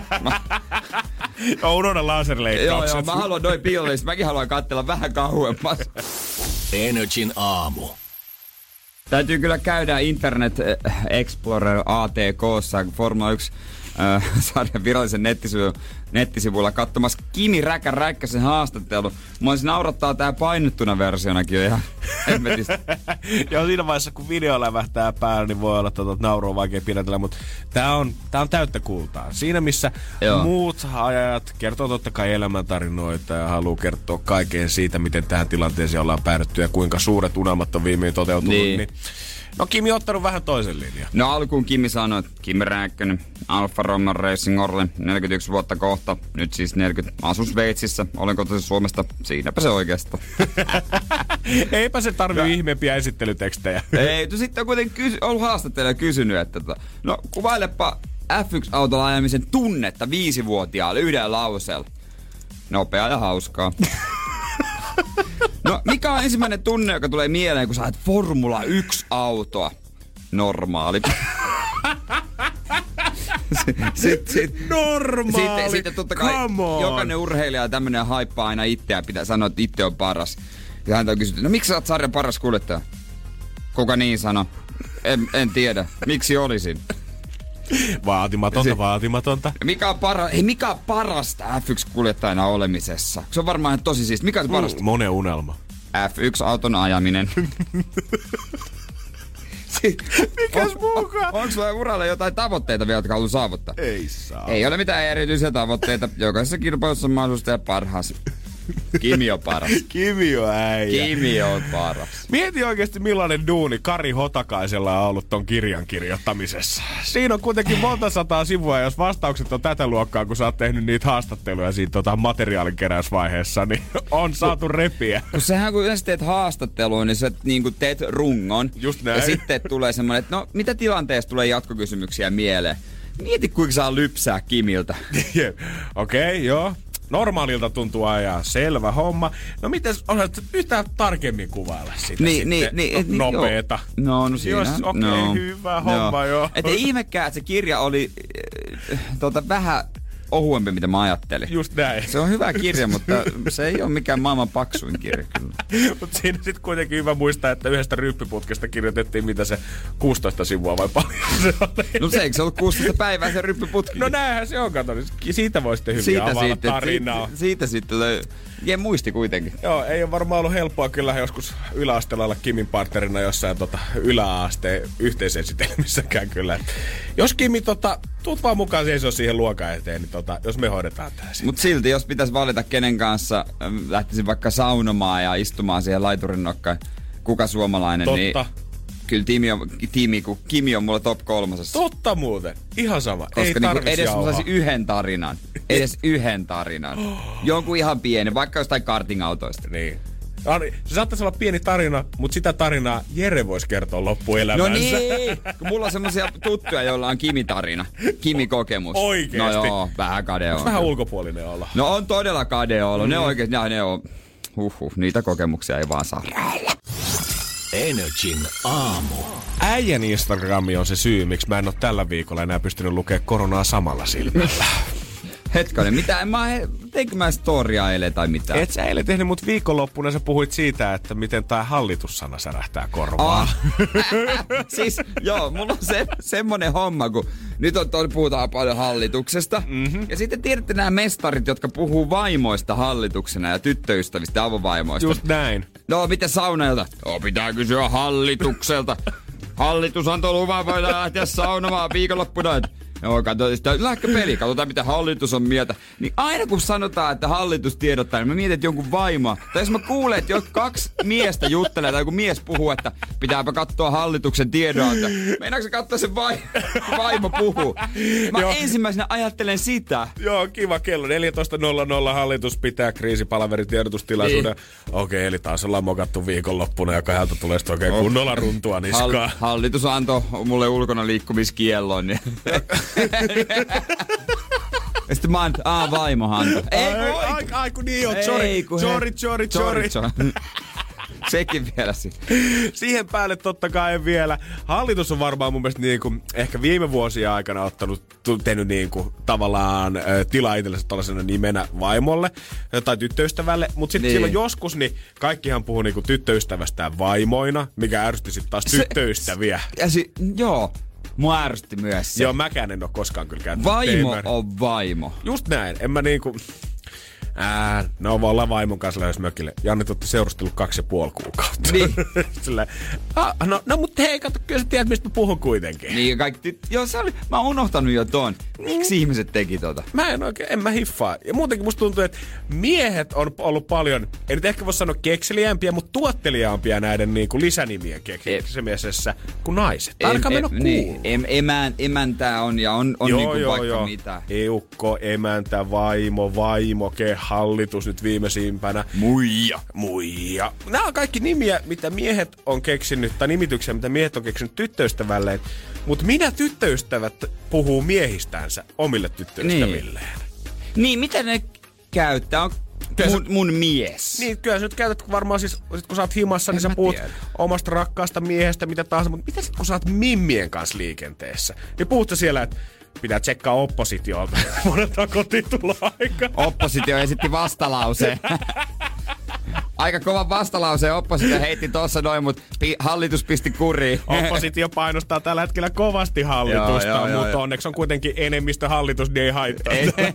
Unohda laserleikkaukset. Joo, mä haluan noi piilolinssit. Mäkin haluan katsella vähän kauemmas. Energin aamu. Täytyy kyllä käydä Internet Explorer ATK:ssa Formula 1 sarjan virallisen nettisivuilla katsomassa Kimi Räikkösen haastattelu. Mä olisin naurattaa tää painettuna versionakin jo ihan hemmetistä. Joo, siinä vaiheessa kun video lävähtää päällä, niin voi olla, että naurua on vaikea pidätellä, mutta tää on täyttä kultaa. Siinä missä muut ajajat kertoo totta kai elämäntarinoita ja haluaa kertoa kaiken siitä, miten tähän tilanteeseen ollaan päädytty ja kuinka suuret unelmat on viimein toteutunut, niin no Kimi on ottanut vähän toisen linjan. No alkuun Kimi sanoi, että Kimi Räikkönen, Alfa Romeo Racing Orle, 41 vuotta kohta, nyt siis 40, asun Sveitsissä, olen kotoisin Suomesta, siinäpä se oikeastaan. Eipä se tarvitse ihmeempiä esittelytekstejä. Ei, sitten on kuitenkin ollut haastattelija kysynyt, että no kuvailepa F1-autolla ajamisen tunnetta 5-vuotiaalle yhdellä lauseella. Nopeaa ja hauskaa. No, mikä on ensimmäinen tunne, joka tulee mieleen, kun sä ajat Formula 1-autoa? Normaali. Normaali? Sitten totta kai jokainen urheilija ja tämmönen haippaa aina itseä, pitää sanoa, että itse on paras. Ja häntä on kysytty, no miksi sä oot sarjan paras kuljettaja? Kuka niin sano? En tiedä. Miksi olisin? Vaatimatonta. Mikä on parasta F1-kuljettajana olemisessa? Se on varmaan ihan tosi siisti. Mikä on parasta? Monen unelma. F1-auton ajaminen. Mikäs muukaan? Onko sulla uralla jotain tavoitteita vielä, jotka haluaa saavuttaa? Ei saa. Ei ole mitään erityisiä tavoitteita. Jokaisessa kilpailussa on mahdollista ja parhaas. Kimi on paras. Kimi on äijä. Kimi on paras. Mieti oikeesti millainen duuni Kari Hotakaisella on ollut ton kirjan kirjoittamisessa. Siinä on kuitenkin monta sataa sivua, jos vastaukset on tätä luokkaa, kun sä oot tehnyt niitä haastatteluja siinä materiaalin keräysvaiheessa, niin on saatu repiä. Kun sähän kun yleensä teet haastattelua, niin sä niin teet rungon. Just näin. Ja sitten tulee semmoinen, että no mitä tilanteessa tulee jatkokysymyksiä mieleen? Mieti kuinka saa lypsää Kimiltä. Okei, joo. Normaalilta tuntuu ajaa. Selvä homma. No miten osaat yhtään tarkemmin kuvailla sitä nopeeta? No siinä. Hyvä homma, joo. Et ei ihmekään, että se kirja oli vähän ohuempi, mitä mä ajattelin. Just näin. Se on hyvä kirja, mutta se ei ole mikään maailman paksuin kirja kyllä. Mutta siinä sitten kuitenkin hyvä muistaa, että yhdestä ryppyputkesta kirjoitettiin mitä se 16 sivua vai paljon se oli. No se eikö se ollut 16 päivää se ryppyputki? No näinhän se on, kato. Siitä voi sitten hyvin avata tarinaa. Siitä sitten muisti kuitenkin. Joo, ei ole varmaan ollut helppoa kyllä joskus yläasteella olla Kimin partnerina jossain yläasteen yhteisesitelmissäkään kyllä. Jos Kimi tuut vaan mukaan seisoo siihen luokan eteen, niin jos me hoidetaan tää sitten. Mut silti, jos pitäisi valita kenen kanssa lähtisin vaikka saunomaan ja istumaan siihen laiturin nokkaan, kuka suomalainen, niin kyllä Kimi on mulla top 3. Totta muuten. Ihan sama. Koska ei tarvitse edes mä saisin yhden tarinan. Edes yhden tarinan. Jonkun ihan pieni, vaikka jostain karting-autoista. Niin. Se saattaisi olla pieni tarina, mutta sitä tarinaa Jere voisi kertoa loppuelämänsä. No niin, kun mulla on semmosia tuttuja, joilla on Kimi-tarina, Kimi-kokemus. Oikeesti? No joo, vähän kade on. Vähän ulkopuolinen olla. No on todella kade olla. Ne oikeesti, ne on, niitä kokemuksia ei vaan saa. Energin aamu. Äijän Instagrami on se syy, miksi mä en ole tällä viikolla enää pystynyt lukemaan koronaa samalla silmällä. Hetkonen, teinkö mä storya eilen tai mitään? Et sä eilen tehnyt, mut viikonloppuna sä puhuit siitä, että miten tää hallitussana särähtää korvaan. Siis joo, mulla on semmonen homma, kun nyt puhutaan paljon hallituksesta. Mm-hmm. Ja sitten tiedätte nämä mestarit, jotka puhuu vaimoista hallituksena ja tyttöystävistä avovaimoista. Just näin. No, miten saunailta? Pitää kysyä hallitukselta. Hallitus antoi luvan, voidaan lähteä saunomaan viikonloppuna. Joo, lähkö peli, katsotaan mitä hallitus on mieltä. Niin aina kun sanotaan, että hallitus tiedottaa, niin mä mietin, että jonkun vaimoa. Tai jos mä kuulen, että kaksi miestä juttelee, tai joku mies puhuu, että pitääpä katsoa hallituksen tiedonanto. Meinaanko se katsoa se vaimo puhuu? Mä ensimmäisenä ajattelen sitä. Joo, kiva kello. 14.00 hallitus pitää kriisipalaveritiedotustilaisuuden. Niin. Okei, eli taas ollaan mokattu viikonloppuna ja 2 tulee sitten oikein kunnolla runtua niskaan. Hallitus antoi mulle ulkona liikkumiskiellon. Niin. Ja sitten mä oon vaimohan. Ai kun niin on. Sorry. Sekin vielä siihen päälle totta kai vielä. Hallitus on varmaan mun mielestä niinku, ehkä viime vuosien aikana tehnyt niinku, tavallaan tilaa itsellensä tällaisena nimenä vaimolle tai tyttöystävälle. Mutta sitten silloin joskus niin kaikkihan puhuu niinku tyttöystävästään vaimoina, mikä ärsytti sitten taas tyttöystäviä. Joo. Mua ärsytti myös se. Joo, mäkään en oo koskaan kyllä käynyt. Vaimo on vaimo. Just näin. En mä niinku... No vaan ollaan vaimon kanssa lähes mökille. Janne otti seurustellut 2,5 kuukautta. Niin. no mutta hei, kato, kyllä sä tiedät, mistä mä puhun kuitenkin. Niin, kaikki... Joo, se oli... Mä oon unohtanut jo ton. Miksi ihmiset teki tota? En mä hiffaa. Ja muutenkin musta tuntuu, että miehet on ollut paljon, ei nyt ehkä voi sanoa kekseliämpiä, mutta tuotteliaampia näiden niinku lisänimien keksimisessä kuin naiset. Ainakaan mennä kuuluu. Niin, emäntää on ja on niinku vaikka mitä. Eukko, emäntä, vaimo, hallitus nyt viimeisimpänä. Muija. Nämä on kaikki nimiä, mitä miehet on keksinyt, tai nimityksiä, mitä miehet on keksinyt tyttöystävälleen. Mutta minä tyttöystävät puhuu miehistänsä omille tyttöystävilleen? Niin, mitä ne käyttää? Mun mies. Niin, kyllä sä nyt käytät varmaan siis, kun sä oot himassa, niin sä puhut omasta rakkaasta miehestä, mitä tahansa. Mutta mitä sit, kun sä oot mimmien kanssa liikenteessä? Niin puhut sä siellä, että pitää tsekkaa oppositiolta. Monelta kotituloaika. Oppositio esitti vastalauseen. Aika kova vastalause oppositio heitti tossa noin, mutta hallitus pisti kuriin. Oppositio painostaa tällä hetkellä kovasti hallitusta, mutta onneksi on kuitenkin enemmistö hallitus, niin ei haittaa.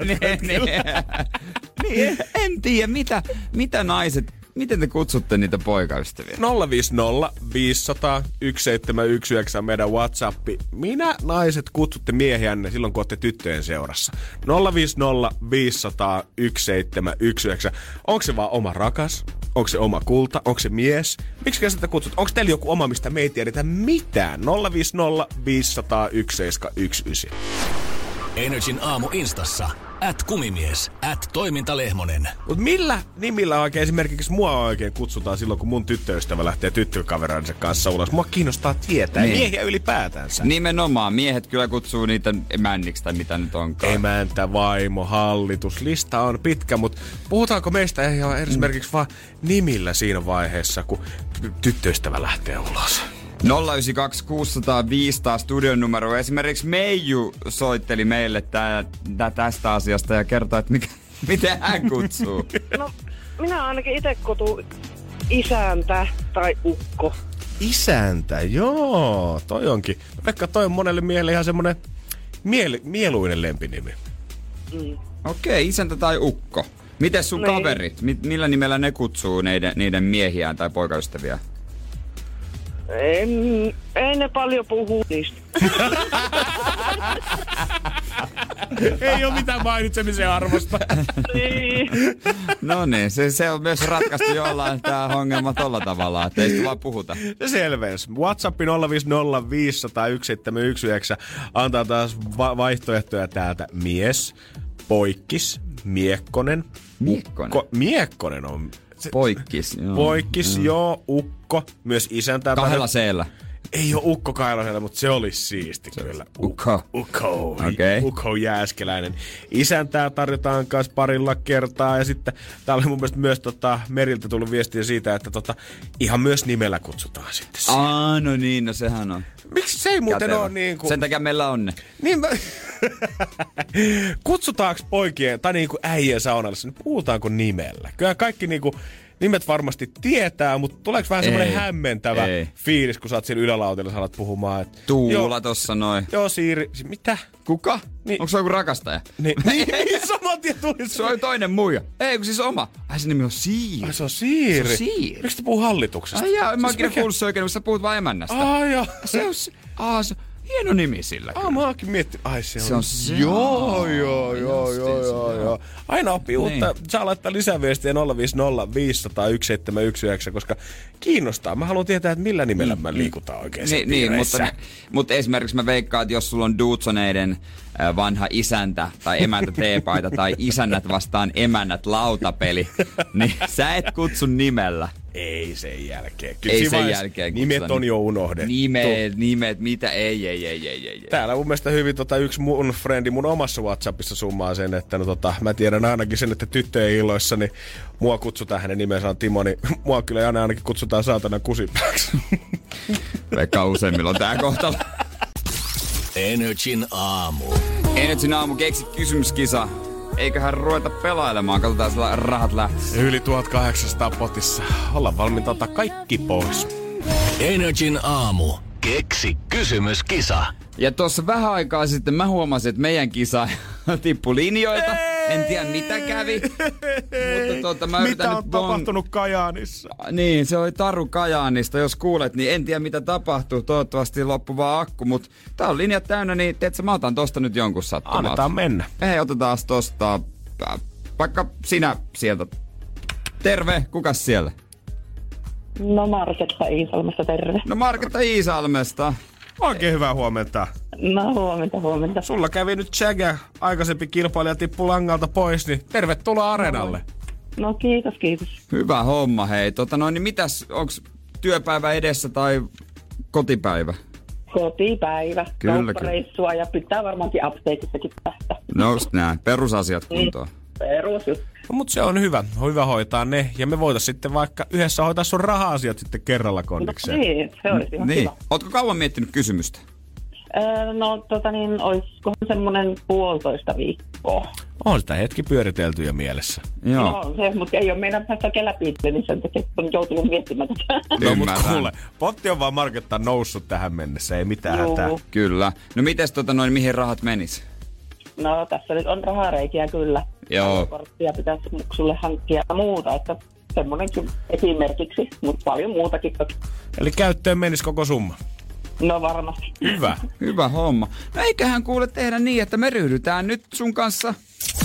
Niin, en tiedä, mitä naiset... Miten te kutsutte niitä poikaystäviä? 050 500 1719 meidän WhatsAppi. Minä naiset kutsutte miehiänne silloin, kun olette tyttöjen seurassa. 050 500 1719. Onko se vaan oma rakas? Onko se oma kulta? Onko se mies? Miksi sitä kutsut? Onko teillä joku oma, mistä me ei tiedetä mitään? 050 500 1719. Energin aamu Instassa. @kumimies, @toimintalehmonen. Mut millä nimillä oikein esimerkiksi mua oikein kutsutaan silloin, kun mun tyttöystävä lähtee tyttökaveransa kanssa ulos? Mua kiinnostaa tietää. Niin. Miehiä ylipäätänsä. Nimenomaan. Miehet kyllä kutsuu niitä emänniksi tai mitä nyt onkaan. Emäntä, vaimo, hallitus. Lista on pitkä, mutta puhutaanko meistä esimerkiksi vaan nimillä siinä vaiheessa, kun tyttöystävä lähtee ulos? 092 605 taas studion numero. Esimerkiksi Meiju soitteli meille tästä asiasta ja kertoi, että miten hän kutsuu. No, minä ainakin itse kutun isäntä tai ukko. Isäntä, joo. Toi onkin. Pekka, toi on monelle miehelle ihan semmonen mieluinen lempinimi. Okei, isäntä tai ukko. Mites sun kaverit? Millä nimellä ne kutsuu niiden miehiään tai poikaystäviä? Ei ne paljon puhu niistä. Ei ole mitään mainitsemisen arvosta. Niin. No niin, se on myös ratkaistu jollain tää ongelma tolla tavalla, että ei sitä vaan puhuta. Se selveys. WhatsApp 050 500 1719 antaa taas vaihtoehtoja täältä. Mies, poikkis, miekkonen. Miekkonen on... Poikkis, joo. Poikkis, joo. Ukko, myös isäntä. Kahdella seellä. Ei ole Ukko Kailosella, mutta se olisi siisti kyllä. Ukko. Okay. Ukko Jääskeläinen. Isäntää tarjotaan kanssa parilla kertaa. Ja sitten täällä oli mun mielestä myös Meriltä tullut viestiä siitä, että ihan myös nimellä kutsutaan sitten. No niin, no sehän on. Miksi se ei muuten ole niin kuin... Sen takia meillä on ne. Niin kutsutaanko poikien tai niin kuin äijien saunallissa, niin puhutaanko nimellä? Kyllä kaikki niin kuin... Nimet varmasti tietää, mutta tuleeko vähän semmoinen hämmentävä fiilis, kun sä oot siellä ylälautilla ja alat puhumaan, että... Tuula tossa noin. Joo, Siiri. Mitä? Kuka? Niin. Onko se joku rakastaja? Niin, saman tien tuli se. on toinen muija. Ei, kun siis oma. Se nimi on Siiri. Se on Siiri. Se on Siiri. Miksi te puhuu hallituksesta? Mä oon kuullut se oikein, kun sä puhut vaan emännästä. Joo. Se Hieno nimi sillä kyllä. Mä oonkin miettinyt. Ai se on. Joo. Aina oppii uutta. Saa laittaa lisäviestiä 050 500 1719, koska kiinnostaa. Mä haluan tietää, että millä nimellä mä liikutaan oikein mutta esimerkiksi mä veikkaan, että jos sulla on Duutsoneiden vanha isäntä tai emäntä teepaita tai isännät vastaan emännät lautapeli, niin sä et kutsu nimellä. Ei sen jälkeen. Ei sen jälkeen. Nimet on jo unohdettu. Nimet, mitä? Ei. Täällä mun mielestä hyvin yksi mun frendi mun omassa WhatsAppissa summaa sen, että mä tiedän ainakin sen, että tyttöjen illoissa, niin mua kutsutaan hänen nimensä on Timo, niin mua kyllä ainakin kutsutaan saatana kusipääksi. Veikkaa useimmilla on tää kohtalo. Energin aamu. Energin aamu, keksi kysymyskisa. Eiköhän ruveta pelailemaan, katsotaan sillä rahat lähtisi. Yli 1800 potissa. Ollaan valmiita ottaa kaikki pois. Energin aamu. Keksi kysymyskisa. Ja tuossa vähän aikaa sitten mä huomasin, että meidän kisa tippui linjoilta. En tiedä mitä kävi. Mutta mä mitä on tapahtunut Kajaanissa? Niin, se oli Taru Kajaanista. Jos kuulet, niin en tiedä mitä tapahtuu. Toivottavasti loppu vaan akku. Mutta tää on linjat täynnä, niin teetkö mä otan tosta nyt jonkun sattumalta. Annetaan mennä. Hei, otetaan tosta. Vaikka sinä sieltä. Terve, kukas siellä? No Marketta Iisalmesta, terve. No Marketta Iisalmesta. Oikein hyvää huomenta. No huomenta. Sulla kävi nyt Jagger, aikaisempi kilpailija tippui langalta pois, niin tervetuloa areenalle. No kiitos. Hyvä homma, hei. Niin mitäs, onks työpäivä edessä tai kotipäivä? Kotipäivä. Kauppareissua ja pitää varmaankin apteekissakin päästä. No näin, perusasiat kuntoon. Perusjuttu. No, mutta se on hyvä. On hyvä hoitaa ne. Ja me voitais sitten vaikka yhdessä hoitaa sun raha-asiat sitten kerralla kondikseen. No niin, se olisi ihan hyvä. Ootko kauan miettinyt kysymystä? Olisikohan semmonen 1,5 viikkoa. On sitä hetki pyöritelty jo mielessä. Joo. No se, mutta ei ole meidän päästä keläpiittele, niin sen takia on joutunut miettimään tätä. No mutta kuule, potti on vaan Marketta noussut tähän mennessä, ei mitään hätää. Kyllä. No mites mihin rahat menis? No tässä nyt on rahareikiä kyllä. Joo. Korttia pitäisi sulle hankkia ja muuta, että semmonenkin esimerkiksi, mutta paljon muutakin toki. Eli käyttöön menisi koko summa? No varmasti. Hyvä. Hyvä homma. No eiköhän kuule tehdä niin, että me ryhdytään nyt sun kanssa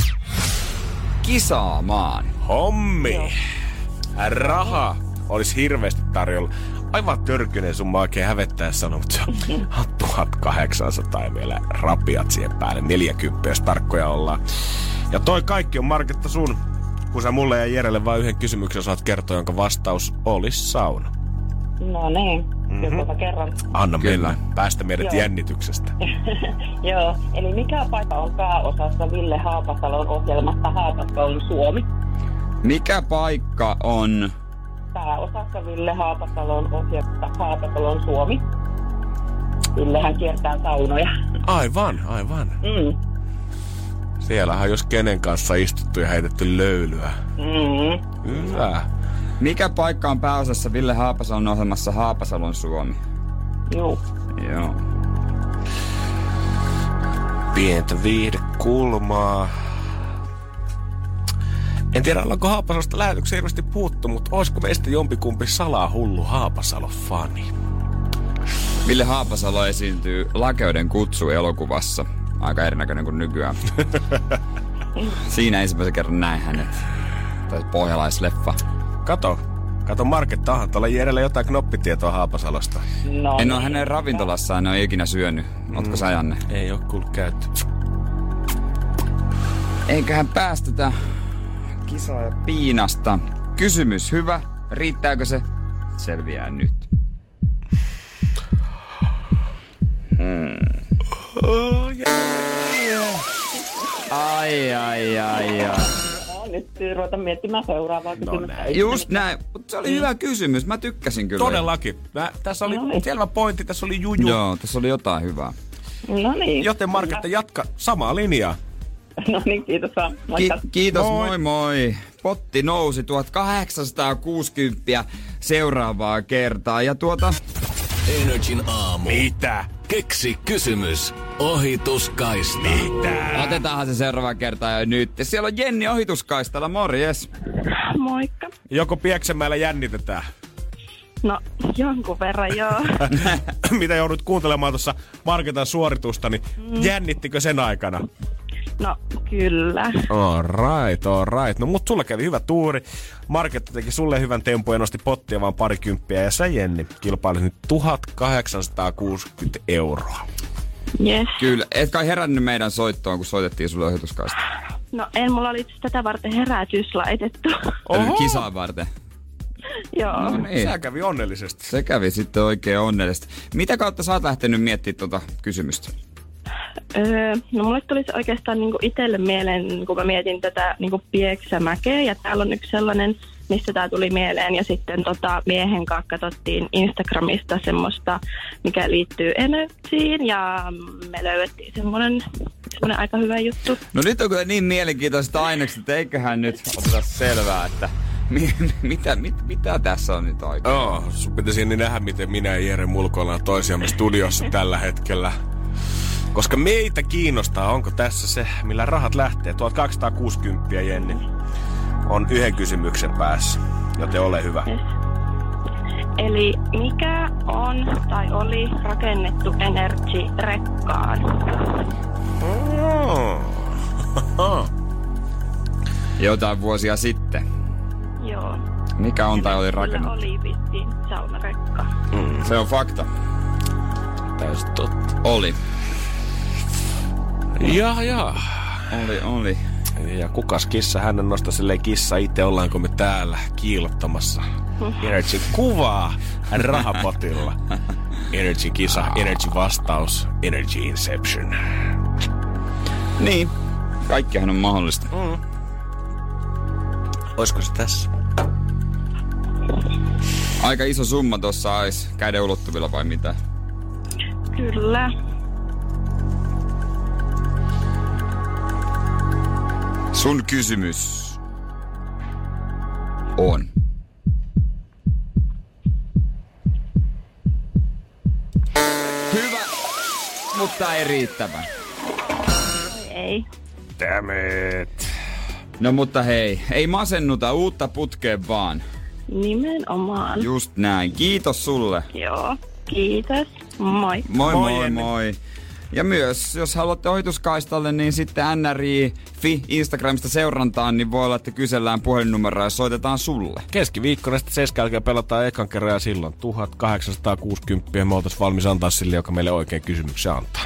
kisaamaan. Hommi. Joo. Raha olisi hirveästi tarjolla. Aivan törkyinen summa oikein hävettää sanoa, mutta se on 1800 ja vielä rapiat siihen päälle. 40, jos tarkkoja ollaan. Ja toi kaikki on Marketta sun, kun sä mulle ja Jerelle vain yhden kysymyksen saat kertoa, jonka vastaus olisi sauna. No niin, joko kerran. Anna mennä, päästä meidät jännityksestä. Joo, eli mikä paikka on pääosassa Ville Haapasalon ohjelmasta Haapasalon Suomi? Mikä paikka on pääosassa Ville Haapasalon ohjelmasta Haapasalon Suomi? Villehän kiertää saunoja. Aivan. Siellähän jos kenen kanssa istuttu ja heitetty löylyä. Hyvä. Mikä paikka on pääosassa Ville Haapasalon ohjelmassa Haapasalon Suomi? Joo. Pientä viihdekulmaa. En tiedä, ollaanko Haapasalosta lähetyksen hirveästi puhuttu, mutta olisiko meistä jompikumpi salahullu Haapasalo-fani? Ville Haapasalo esiintyy Lakeuden kutsu -elokuvassa. Aika erinäköinen kuin nykyään. Siinä ensimmäisen kerran näin hänet. Tai pohjalaisleffa. Kato Markettahan, tuolla Jerellä jotain knoppitietoa Haapasalosta. No, en ole hänen ravintolassaan, en ole ikinä syönyt. Ootko sä, Janne? Ei oo kuullut käyty. Eiköhän päästetä kisaa ja piinasta. Kysymys hyvä. Riittääkö se? Selviää nyt. Ai. Nyt ruveta miettimään seuraavaa kysymystä. Just näin. Mutta se oli hyvä kysymys. Mä tykkäsin kyllä. Todellakin. Tässä oli selvä pointti. Tässä oli juju. Joo, tässä oli jotain hyvää. No niin. Joten Marketta jatka samaa linjaa. No niin, kiitos vaan. Kiitos, moi. Potti nousi 1860 seuraavaa kertaa. Ja Energin aamu. Mitä? Keksi kysymys. Ohituskaista. Mitä? Otetaanhan se seuraava kertaa jo nyt. Siellä on Jenni ohituskaistalla, morjes. Moikka. Joko Pieksämäellä jännitetään? No, jonkun verran joo. Mitä joudut kuuntelemaan tuossa Marketan suoritusta, niin jännittikö sen aikana? No, kyllä. All right. No mut sulla kävi hyvä tuuri. Marketta teki sulle hyvän tempun ja nosti pottia vaan 20 ja sä, Jenni, kilpailit nyt 1860 euroa. Yes. Kyllä. Et kai herännyt meidän soittoon, kun soitettiin sulle ohituskaista? No en, mulla oli tätä varten herätys laitettu. Kisaa varten. Joo. No niin. Sehän kävi onnellisesti. Se kävi sitten oikein onnellisesti. Mitä kautta sä oot lähtenyt miettimään tuota kysymystä? No mulle tuli se oikeastaan niinku itselle mieleen, kun mä mietin tätä niinku Pieksämäkeä, ja täällä on yksi sellainen, missä tää tuli mieleen, ja sitten miehen kanssa katsottiin Instagramista semmoista, mikä liittyy Energyin, ja me löydettiin semmoinen aika hyvä juttu. No nyt on kyllä niin mielenkiintoiset ainekset, että eiköhän nyt oteta selvää, että mitä tässä on nyt oikein? Sun pitäisi nähdä, miten minä ja Jere mulkoillaan toisiamme studiossa tällä hetkellä. Koska meitä kiinnostaa, onko tässä se, millä rahat lähtee. 1260, Jenni, on yhden kysymyksen päässä, joten ole hyvä. Eli mikä on tai oli rakennettu Energy-rekkaan? Jotain vuosia sitten. Joo. Mikä on tai oli rakennettu? Oli vissiin saunarekka. Se on fakta. Täysin totta. Oli. Ja. Oli. Ja kukas kissa, hän nostaa silleen kissa itse, ollaanko me täällä kiilottamassa Energy kuvaa rahapotilla. Energy kisa, Energy vastaus, Energy Inception. Niin, kaikkihan on mahdollista. Oisko se tässä? Aika iso summa tossa olisi käden ulottuvilla vai mitä? Kyllä. Sun kysymys on. Hyvä, mutta ei riittävä. Ei. Damn it. No mutta hei, ei masennuta, uutta putkeen vaan. Nimenomaan. Just näin. Kiitos sulle. Joo, kiitos. Moi. Moi. Ja myös, jos haluatte ohituskaistalle, niin sitten NRI.fi Instagramista seurantaan, niin voi olla, että kysellään puhelinnumeroa ja soitetaan sulle. Keskiviikkona sitten 7 jälkeen pelataan ekan kerran ja silloin 1860 ja me oltais valmis antaa sille, joka meille oikein kysymyksen antaa.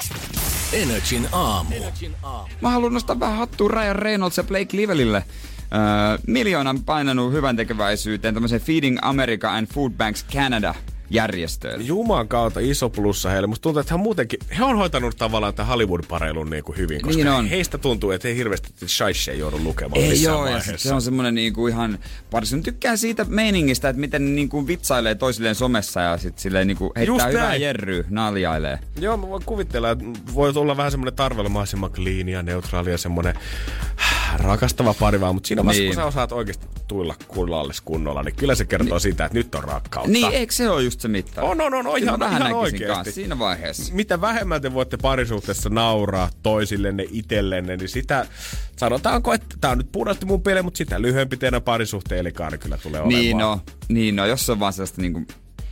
Energin aamu. Mä haluan nostaa vähän hattua Ryan Reynolds ja Blake Livelylle. Miljoonan painanut hyvän tekeväisyyteen tämmöisen Feeding America and Food Banks Canada järjestöille. Juman kautta iso plussa heille. Musta tuntuu, että he on hoitanut tavallaan tämän Hollywood-pareilun niin kuin hyvin, koska niin on. Heistä tuntuu, että he hirveästi shaishia joudu lukemaan ei missään joo, vaiheessa. Ja se on semmonen niinku ihan parissa. Tykkään siitä meiningistä, että miten ne niinku vitsailee toisilleen somessa ja sit silleen niinku heittää hyvää jerryä, naljailee. Joo, mä voin kuvitella, että voi olla vähän semmonen tarvella mahdollisimman clean ja neutraali ja semmonen rakastava pari vaan, mutta siinä vaiheessa, kun sä osaat oikeasti tuilla kullalles kunnolla, niin kyllä se kertoo sitä, että nyt on rakkautta. Niin, eikö se ole just se mittari? On ihan oikeasti. Siinä vaiheessa. Mitä vähemmän te voitte parisuhteessa nauraa toisillenne, itsellenne, niin sitä, sanotaanko, että tää on nyt pudotti mun peli, mutta sitä lyhyempi teidän parisuhteen elikaari kyllä tulee olemaan. Niin no, jos se on vaan sellaista niinku,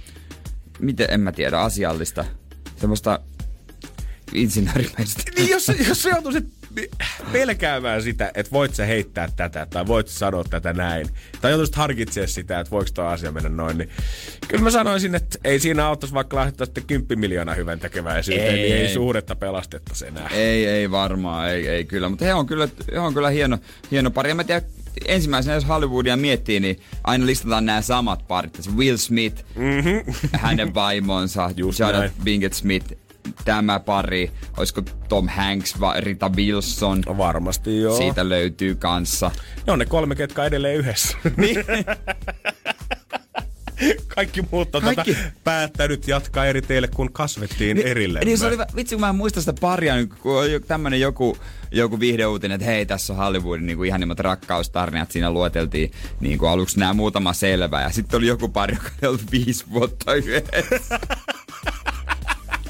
miten en mä tiedä, asiallista, semmoista insinöörimäistä. Niin, jos sä joutuisit pelkäämään sitä, että voit sä heittää tätä, tai voit sä sanoa tätä näin, tai joutuisit harkitsemaan sitä, että voiko tuo asia mennä noin, niin kyllä mä sanoisin, että ei siinä auttaisi vaikka lahjoittaa 10 miljoonaa hyvän tekeväisyyteen, niin ei suhdetta pelastettaisi enää. Ei varmaan, ei kyllä, mutta he on kyllä hieno pari. Ja mä tiedän, ensimmäisenä jos Hollywoodia miettii, niin aina listataan nämä samat parit. Will Smith, hänen vaimonsa, Jada Pinkett Smith, tämä pari, olisiko Tom Hanks vai Rita Wilson? No varmasti joo. Siitä löytyy kanssa. Ne on ne 3, ketkä edelleen yhdessä. Niin. Kaikki muut on päättänyt jatkaa eri teille, kun kasvettiin erilleen. Niin se oli, vitsi kun mä en muista sitä paria, kun on tämmönen joku viihdeuutinen, että hei, tässä on Hollywoodin niin ihanimmat rakkaustarinat, siinä lueteltiin niin kuin aluksi nämä muutama selvä, ja sitten oli joku pari, joka oli ollut 5 vuotta yhdessä.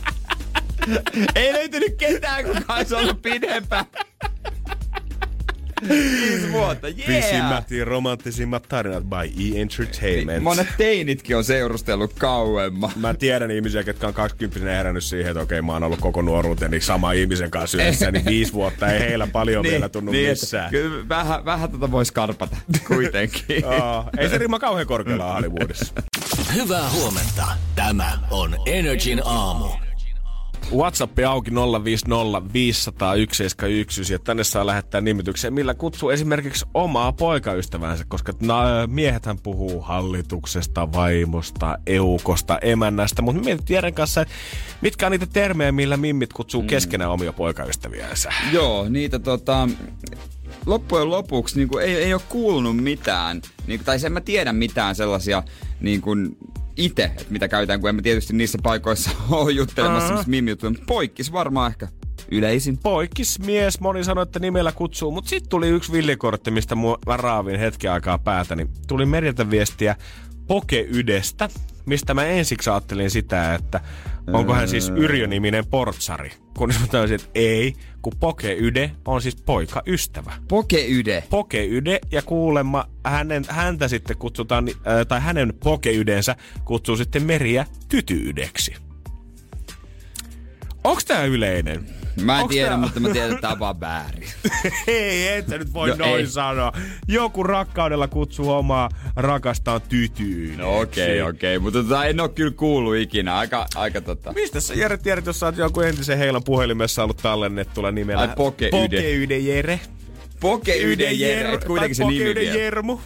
Ei löytynyt ketään, kuka olisi ollut pidempään. 5 vuotta, Pisimmät ja romanttisimmat tarinat by E! Entertainment. Monet teinitkin on seurustellut kauemmin. Mä tiedän ihmisiä, ketkä on 20 herännyt siihen, että okei, mä oon ollut koko nuoruuteni sama ihmisen kanssa yhdessä, niin 5 vuotta ei heillä paljon vielä tunnu missään. Kyllä vähän voisi karpata kuitenkin. Ei se rima kauhean korkealla Hollywoodissa. Hyvää huomenta. Tämä on Energin aamu. WhatsApp auki 050 500 171 ja tänne saa lähettää nimityksiä, millä kutsuu esimerkiksi omaa poikaystävänsä, koska miehethän puhuu hallituksesta, vaimosta, eukosta, emännästä, mutta me tiedän kanssa, mitkä on niitä termejä, millä mimmit kutsuu keskenään omia poikaystäviänsä. Joo, niitä loppujen lopuksi niin kuin ei ole kuulunut mitään, niin, tai en mä tiedä mitään sellaisia niin kuin itse, että mitä käytetään, kun en mä tietysti niissä paikoissa ole juttelemassa mimmijuttuja, mutta poikkis varmaan ehkä yleisin. Poikkis mies, moni sanoi, että nimellä kutsuu, mutta sitten tuli yksi villikortti, mistä mä raavin hetken aikaa päätä, niin tuli Meriltä viestiä Pokeydestä, mistä mä ensiksi ajattelin sitä, että onko hän siis Yrjö-niminen portsari. Kun mä tajusin, että ei, kun Pokeyde on siis poikaystävä. Pokeyde? Pokeyde, ja kuulemma häntä sitten kutsutaan, tai hänen Pokeydensä kutsuu sitten Meriä Tytyydeksi. Onks tää yleinen? Mä en tiedä, mutta mä tiedän, että tää on vaan väärin. Ei, et sä nyt voi noin sanoa. Joku rakkaudella kutsuu omaa rakastaan Tytyydeksi. No okei, mutta en oo kyllä kuullut ikinä. Aika Mistä sä Jere tiedät, jos sä oot jonkun entisen heilan puhelimessa ollut tallennettulla nimellä? Pokeyde Jere. Pokeyde Jere, et kuitenkin se nimi vielä. Jermu.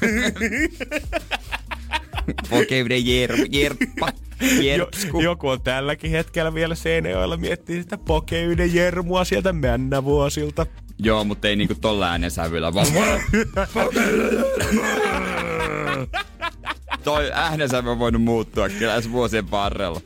Pokeyde Jerppa. Joku on tälläkin hetkellä vielä Seinäjoella miettii sitä Pokeyde Jermua sieltä männävuosilta. Joo, mutta ei niinku tolla äänen sävyllä vaan. Toi äänensävy on voinut muuttua kyllä vuosien varrella.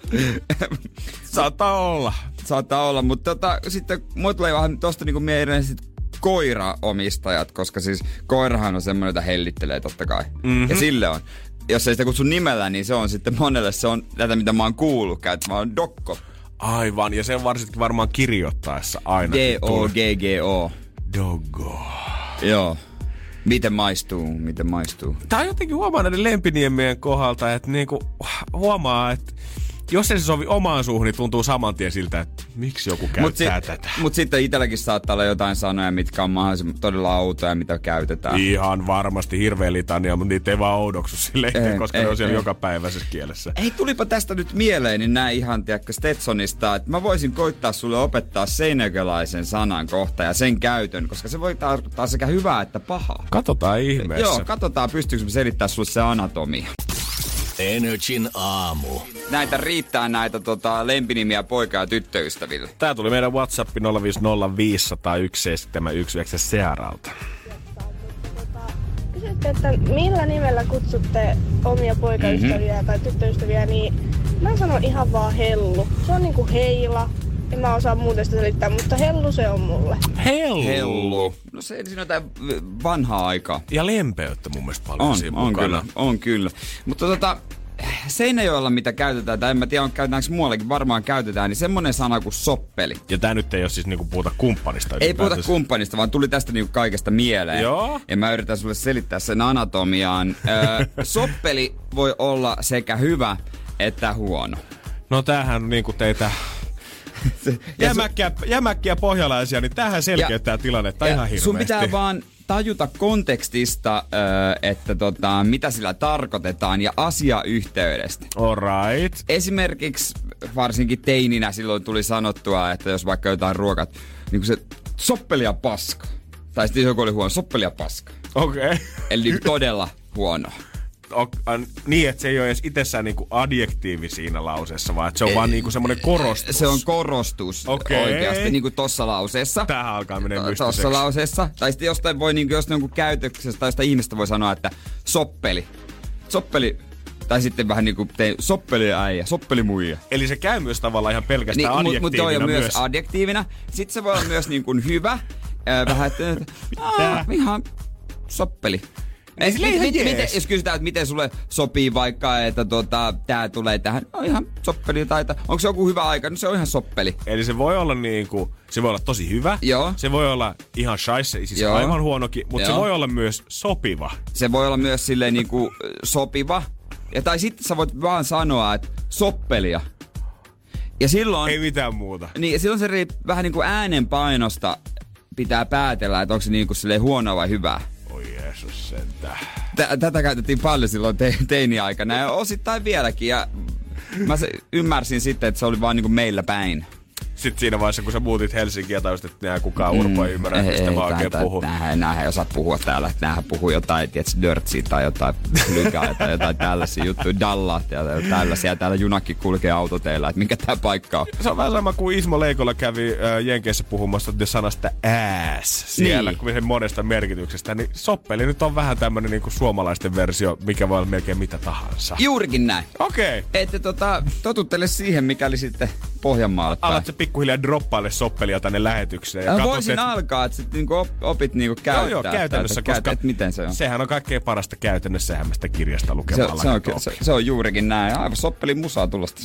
Saattaa olla, mutta sitten mulle tulee vähän tosta niinku mieleen koiraomistajat, koska siis koirahan on semmoinen, jota hellittelee totta kai. Mm-hmm. Ja sille on. Jos ei sitä kutsu nimellä, niin se on sitten monelle se on tätä, mitä mä oon kuullut, että mä oon Dokko. Aivan, ja sen varsinkin varmaan kirjoittaessa aina. D-O-G-G-O. Doggo. Joo. Miten maistuu? Tää on jotenkin huomaa näiden lempiniemien kohdalta, että niinku huomaa, että jos ei se sovi omaan suuhun, niin tuntuu saman tien siltä, että miksi joku käyttää tätä. Mutta sitten itselläkin saattaa olla jotain sanoja, mitkä on mahdollisimman todella outoja, mitä käytetään. Ihan varmasti hirveä litania, mutta niitä ei vaan oudoksu silleen, koska ne on siellä jokapäiväisessä kielessä. Ei, tulipa tästä nyt mieleen, niin näin ihan Stetsonista, että mä voisin koittaa sulle opettaa seinäjokilaisen sanan kohta ja sen käytön, koska se voi tarkoittaa sekä hyvää että pahaa. Katsotaan ihmeessä. Joo, katsotaan pystyykö selittää sulle se anatomia. Energin aamu. Näitä riittää näitä lempinimiä poika- ja tyttöystäville. Tää tuli meidän WhatsApp 050 500 171 Searalta. Kysytte, että millä nimellä kutsutte omia poikaystäviä tai tyttöystäviä, niin mä sanon ihan vaan Hellu. Se on niinku heila. En mä osaa muuten sitä selittää, mutta Hellu se on mulle. Hellu. No se siinä on jotain vanhaa aikaa. Ja lempeyttä mun mielestä paljon siinä mukana. On kyllä. Mutta Seinäjoella, mitä käytetään, tai en mä tiedä, käytetäänkö muuallakin, varmaan käytetään, niin semmonen sana kuin soppeli. Ja tää nyt ei ole siis niinku puhuta kumppanista. Ei puhuta kumppanista, vaan tuli tästä niinku kaikesta mieleen. Joo. Ja mä yritän sulle selittää sen anatomiaan. Soppeli voi olla sekä hyvä että huono. No tämähän on niinku teitä jämäkkiä pohjalaisia, niin tämähän selkeyttää tilannetta ihan hirveästi. Sun pitää vaan tajuta kontekstista, että mitä sillä tarkoitetaan ja asiayhteydestä. Alright. Esimerkiksi varsinkin teininä silloin tuli sanottua, että jos vaikka jotain ruokat, niin kuin se soppeli ja paska. Tai sitten joku oli huono, soppeli ja paska. Okei. Okay. Eli todella huono. Niin, että se ei ole edes itsessään niinku adjektiivi siinä lauseessa, vaan että se on vaan niinku semmoinen korostus. Se on korostus oikeasti, niinku tossa lauseessa. Tähän alkaa mennä mystiseksi. Tossa lauseessa. Tai sitten jostain voi, niinku, jos jonkun käytöksestä tai jostain ihmistä voi sanoa, että soppeli. Tai sitten vähän niinku soppeli äijä, soppeli muija. Eli se käy myös tavallaan ihan pelkästään adjektiivina mutta toi on myös adjektiivina. Sitten se voi olla myös niinku hyvä. Vähän, että ihan soppeli. Jos kysytään, että miten sulle sopii vaikka, että tää tulee tähän, no ihan soppeli tai onko se joku hyvä aika, no se on ihan soppeli. Eli se voi olla se voi olla tosi hyvä. Joo. Se voi olla ihan scheisse, siis aivan huonokin, mutta se voi olla myös sopiva. Se voi olla myös silleen sopiva. Tai sitten sä voit vaan sanoa, että soppelia. Ja silloin... Ei mitään muuta. Niin, ja silloin se vähän äänenpainosta pitää päätellä, että onko se silleen huonoa vai hyvää. Oi Jeesus sentään. Tätä käytettiin paljon silloin teini-aikana ja osittain vieläkin. Ja mä ymmärsin sitten, että se oli vaan meillä päin. Sitten siinä vaiheessa, kun sä muutit Helsinkiä, tajusit, että nää kukaan Urpo ei ymmärrä, mistä mä oikein puhun. Näähän ei osaa puhua täällä. Näähän puhuu jotain, dörtsiä tai jotain flykää tai jotain tällaisia juttuja. Dallat ja tällaisia. Täällä junakin kulkee autoteillä, että mikä tää paikka on. Se on vähän sama kuin Ismo Leikola kävi Jenkeissä puhumassa sanasta ass siellä, niin. Kun sen monesta merkityksestä. Niin soppeli nyt on vähän tämmönen suomalaisten versio, mikä voi olla melkein mitä tahansa. Juurikin näin. Okei. Okay. Että totuttele siihen, mikäli sitten Pohjanmaalle päin. Alat se pikkuhiljaa droppaille soppelia tänne lähetykseen. Ja voisin alkaa, että sit opit käyttää. Joo, käytännössä, koska miten se on. Sehän on kaikkein parasta käytännössä hämmästä kirjasta lukemalla. Se on juurikin näin. Aivan soppelin musaa tulosta.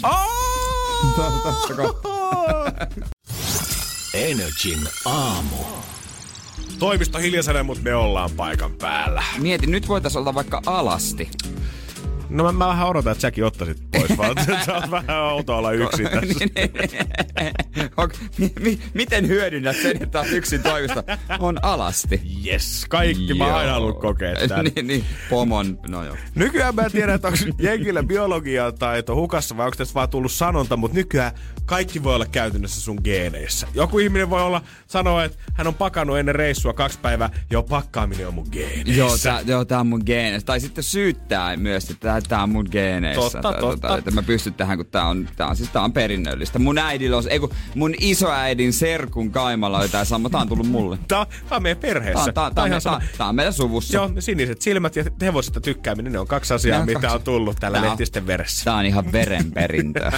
Energin aamu. Toimisto hiljaisena, mutta me ollaan paikan päällä. Mieti, nyt voitaisiin olla vaikka alasti. No mä vähän odotan, että säkin ottaisit pois, vaan sä oot vähän outo olla yksin tässä. Miten hyödynnät sen, että oot yksin toimista? On alasti. Yes, kaikki mä oon aina halunnut kokea tämän. niin, pomon, no joo. Nykyään mä en tiedä, että onko jenkillä biologia tai hukassa vai onko tästä vaan tullut sanonta, mutta nykyään kaikki voi olla käytännössä sun geeneissä. Joku ihminen voi sanoa, että hän on pakannut ennen reissua 2 päivää, pakkaaminen on mun geeneissä. Joo, tää on mun geeneissä. Tai sitten syyttää myös, että tää on mun geeneissä. Totta. Että mä pystyn tähän, kun tää on perinnöllistä. Mun äidillä mun isoäidin serkun kaimalla oli tää sama. Tää on tullut mulle. Tää on meidän perheessä. Tää on meidän suvussa. Joo, siniset silmät ja hevosesta tykkääminen, ne on 2 asiaa, mitä on tullut tällä lehtisten veressä. Tää on ihan verenperintöä.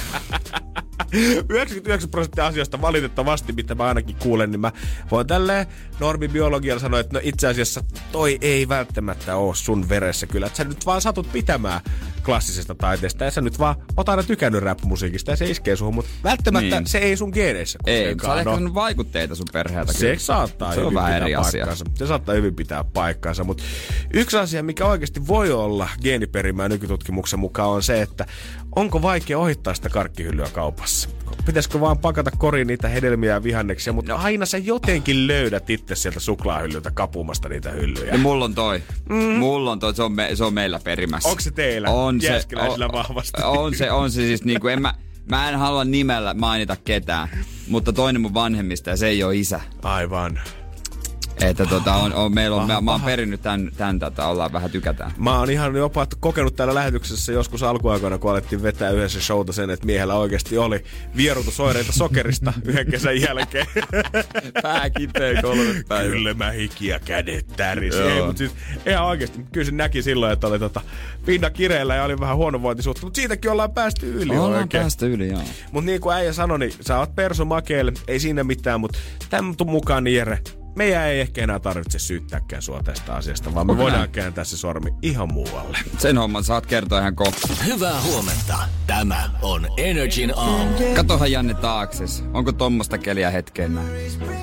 99% asioista valitettavasti, mitä mä ainakin kuulen, niin mä voin tälleen normibiologialla sanoa, että no itse asiassa toi ei välttämättä oo sun veressä kyllä. Että sä nyt vaan satut pitämään klassisesta taiteesta ja sä nyt vaan oot aina tykännyt rap-musiikista ja se iskee suhun, mutta välttämättä se ei sun geeneissä. Ei, sä oot ehkä vaikutteita sun perheeltä. Se saattaa hyvin pitää eri paikkaansa. Se saattaa hyvin pitää paikkaansa, mutta yksi asia, mikä oikeasti voi olla geeniperimää nykytutkimuksen mukaan on se, että onko vaikea ohittaa sitä karkkihyllyä kaupassa. Pitäisikö vaan pakata koriin niitä hedelmiä ja vihanneksia, mutta aina sä jotenkin löydät itse sieltä suklaahyllyltä kapumasta niitä hyllyjä. Ja mulla on toi. Mulla on toi, se on meillä perimässä. Onko se teillä? On Jääskeläisillä vahvasti. On se siis niinku, mä en halua nimellä mainita ketään, mutta toinen mun vanhemmista ja se ei oo isä. Aivan. Että mä oon perinnyt tän ollaan vähän tykätään. Mä oon ihan jopa kokenut täällä lähetyksessä joskus alkuaikoina, kun alettiin vetää yhdessä showta sen, että miehellä oikeasti oli vierotusoireita sokerista yhden kesän jälkeen. Pää kipeä 3 päivää. Kyllä mä hiki ja kädet tärisi. Ei, mutta siis ihan oikeasti. Kyllä se näki silloin, että oli pinna kireellä ja oli vähän huonovointisuutta, mutta siitäkin ollaan päästy yli. Ollaan päästy yli, joo. Mutta niin kuin äijä sanoi, niin sä oot perso makeelle, ei siinä mitään, mutta tämän mukaan niin Jere, meidän ei ehkä enää tarvitse syyttääkään sua tästä asiasta, vaan me voidaan kääntää se sormi ihan muualle. Sen homman saat kertoa ihan kohta. Hyvää huomenta. Tämä on Energin aamu. Katohan Janne taakses. Onko tommoista keliä hetkeen näin?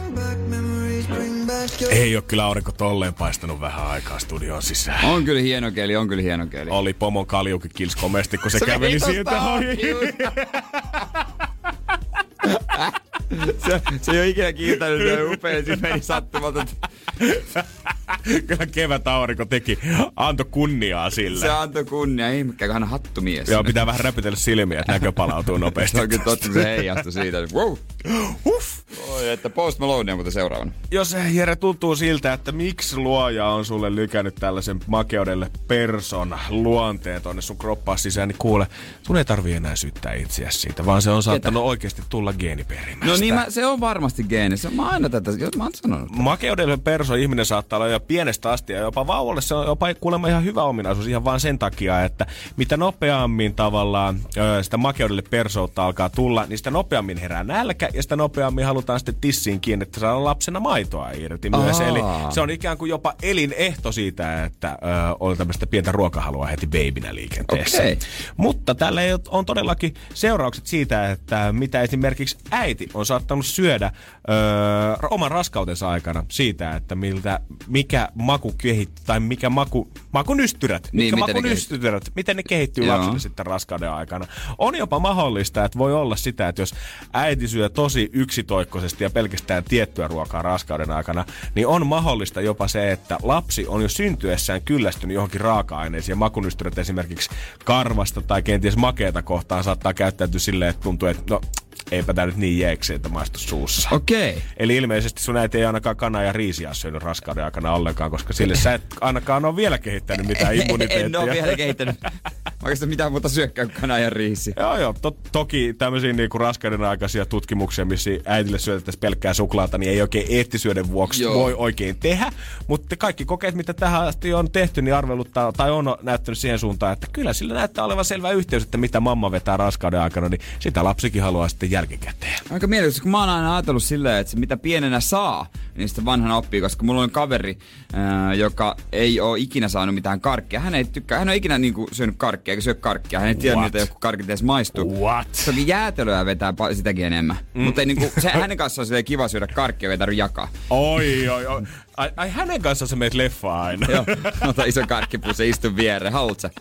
Ei oo kyllä aurinko tolleen paistanut vähän aikaa studioon sisään. On kyllä hieno keli. Oli pomon kaljukin kils komesti, kun se käveli sieltä ohi. Se ei ole ikinä kiiltänyt niin upein, siis meni sattumalta. Kyllä kevät aurinko antoi kunniaa sille. Se antoi kunniaa, ihmekään hän hattumies. Joo, pitää vähän räpytellä silmiä, että näkö palautuu nopeasti. Se on kyllä totta, kun se heijastui siitä. Wow. Oi, että Post Malone on muuten seuraavana. Jos Jere tuntuu siltä, että miksi luoja on sulle lykännyt tällaisen makeudelle person luonteen tonne sun kroppaa sisään, niin kuule, sun ei tarvii enää syyttää itseäsi siitä, vaan se on saattanut oikeasti tulla geeniperimästä. No niin, se on varmasti geenissä. Mä oon aina sanonut. Makeudelle perso ihminen saattaa olla jo pienestä asti. Ja jopa vauvalle se on jopa kuulemma ihan hyvä ominaisuus ihan vaan sen takia, että mitä nopeammin tavallaan sitä makeudelle persoutta alkaa tulla, niin sitä nopeammin herää nälkä ja sitä nopeammin halutaan sitten tissiin kiinni, että saadaan lapsena maitoa irti myös. Eli se on ikään kuin jopa elinehto siitä, että on tämmöistä pientä ruokahalua heti babynä liikenteessä. Okay. Mutta tällä on todellakin seuraukset siitä, että mitä esimerkiksi äiti on saattanut syödä oman raskautensa aikana siitä, että mikä maku kehittyy, tai mikä makunystyrät, miten ne kehittyy lapsille sitten raskauden aikana. On jopa mahdollista, että voi olla sitä, että jos äiti syö tosi yksitoikkoisesti ja pelkästään tiettyä ruokaa raskauden aikana, niin on mahdollista jopa se, että lapsi on jo syntyessään kyllästynyt johonkin raaka-aineisiin ja makunystyrät esimerkiksi karvasta tai kenties makeata kohtaan saattaa käyttäytyä silleen, että tuntuu, että no eipä tää nyt niin jeeksi, että maistu suussa. Okei. Okay. Eli ilmeisesti sun äiti ei ainakaan kanaa ja riisiä syönyt raskauden aikana ollenkaan, koska sille sä et ainakaan ole vielä kehittänyt mitään immuniteettia. En ole vielä kehittänyt. Oikeastaan mitään muuta syökkää kuin kanaa ja riisiä. Joo. Toki tämmöisiä niinku raskauden aikaisia tutkimuksia, missä äitille syötettäisiin pelkkää suklaata, niin ei oikein eettisyyden vuoksi voi oikein tehdä. Mutta kaikki kokeet, mitä tähän asti on tehty, niin arveluttaa tai on näyttänyt siihen suuntaan, että kyllä sillä näyttää olevan selvä yhteys, että mitä mamma vetää raskauden aikana, niin sitä lapsikin haluaa sitten jälkikäteen. Aika mielenkiintoista, kun mä oon aina ajatellut silleen, että se mitä pienenä saa, niin sitä vanhana oppii, koska mulla on kaveri, joka ei oo ikinä saanut mitään karkkia. Hän on ikinä niinku syönyt karkkia, eikä syö karkkia. Hän ei tiedä, miltä joku karkit edes maistuu. What? Toki jäätelöä vetää sitäkin enemmän. Mutta ei niinku, hänen kanssaan on silleen kiva syödä karkkia, ei tarvitse jakaa. Oi. Ai hänen kanssaan sä meet leffaan aina. Joo, ota iso karkkipussi ja istu viereen. Haluut sä?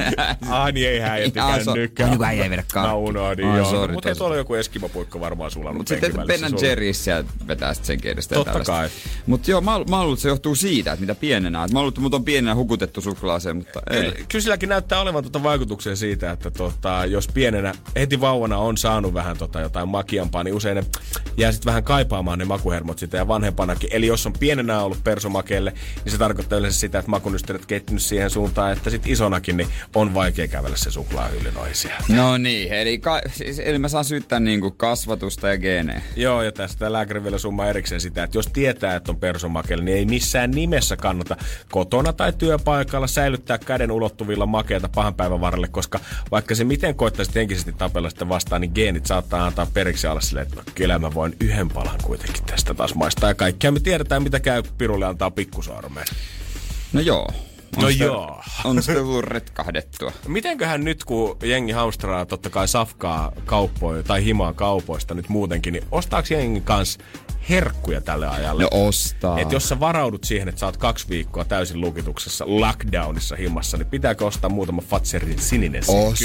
Niin ei häijättikään nykkään. Niin ei vedä karkkia. Mä unohdin, joo. Mutta ei tuolla joku eskimopuikko varmaan sulannut. Mutta sitten Ben & Jerry's ja vetää sitten sen edestä. Totta kai. Mutta joo, mä luulen, että se johtuu siitä, että mitä pienenä. Mä luulen, että mut on pienenä hukutettu suklaaseen, mutta ei. Kyllä silläkin näyttää olevan vaikutuksia siitä, että jos pienenä heti vauvana on saanut vähän jotain makiampaa, niin usein ne jää sitten vähän kaipaamaan ne makuhermot sitä ja vanhempanakin. Eli jos on pienenä ollut persomakeelle, niin se tarkoittaa yleensä sitä, että makunystyrät kehittynyt siihen suuntaan, että sit isonakin niin on vaikea kävellä se suklaahylly noin siellä. No niin, eli mä saan syyttää niinku kasvatusta ja geenejä. Joo, ja tästä lääkäri vielä summaa erikseen sitä, että jos tietää, että on persomakeelle, niin ei missään nimessä kannata kotona tai työpaikalla säilyttää käden ulottuvilla makeata pahan päivän varrelle, koska vaikka se miten koittaisi henkisesti tapella sitten vastaan, niin geenit saattaa antaa periksi alla silleen, että kyllä mä voin yhden palan kuitenkin tästä taas maistaa. Ja kaikkea me tiedetään, mitä käy pirulle antaa pikkusormeen. No joo. On sitä tullut retkahdettua. Mitenköhän nyt, kun jengi hamstraa totta kai safkaa kauppoja tai himaa kaupoista nyt muutenkin, niin ostaako jengi kanssa herkkuja tälle ajalle? No ostaa. Et jos sä varaudut siihen, että sä oot 2 viikkoa täysin lukituksessa, lockdownissa himmassa, niin pitääkö ostaa muutama Fatserin sininen?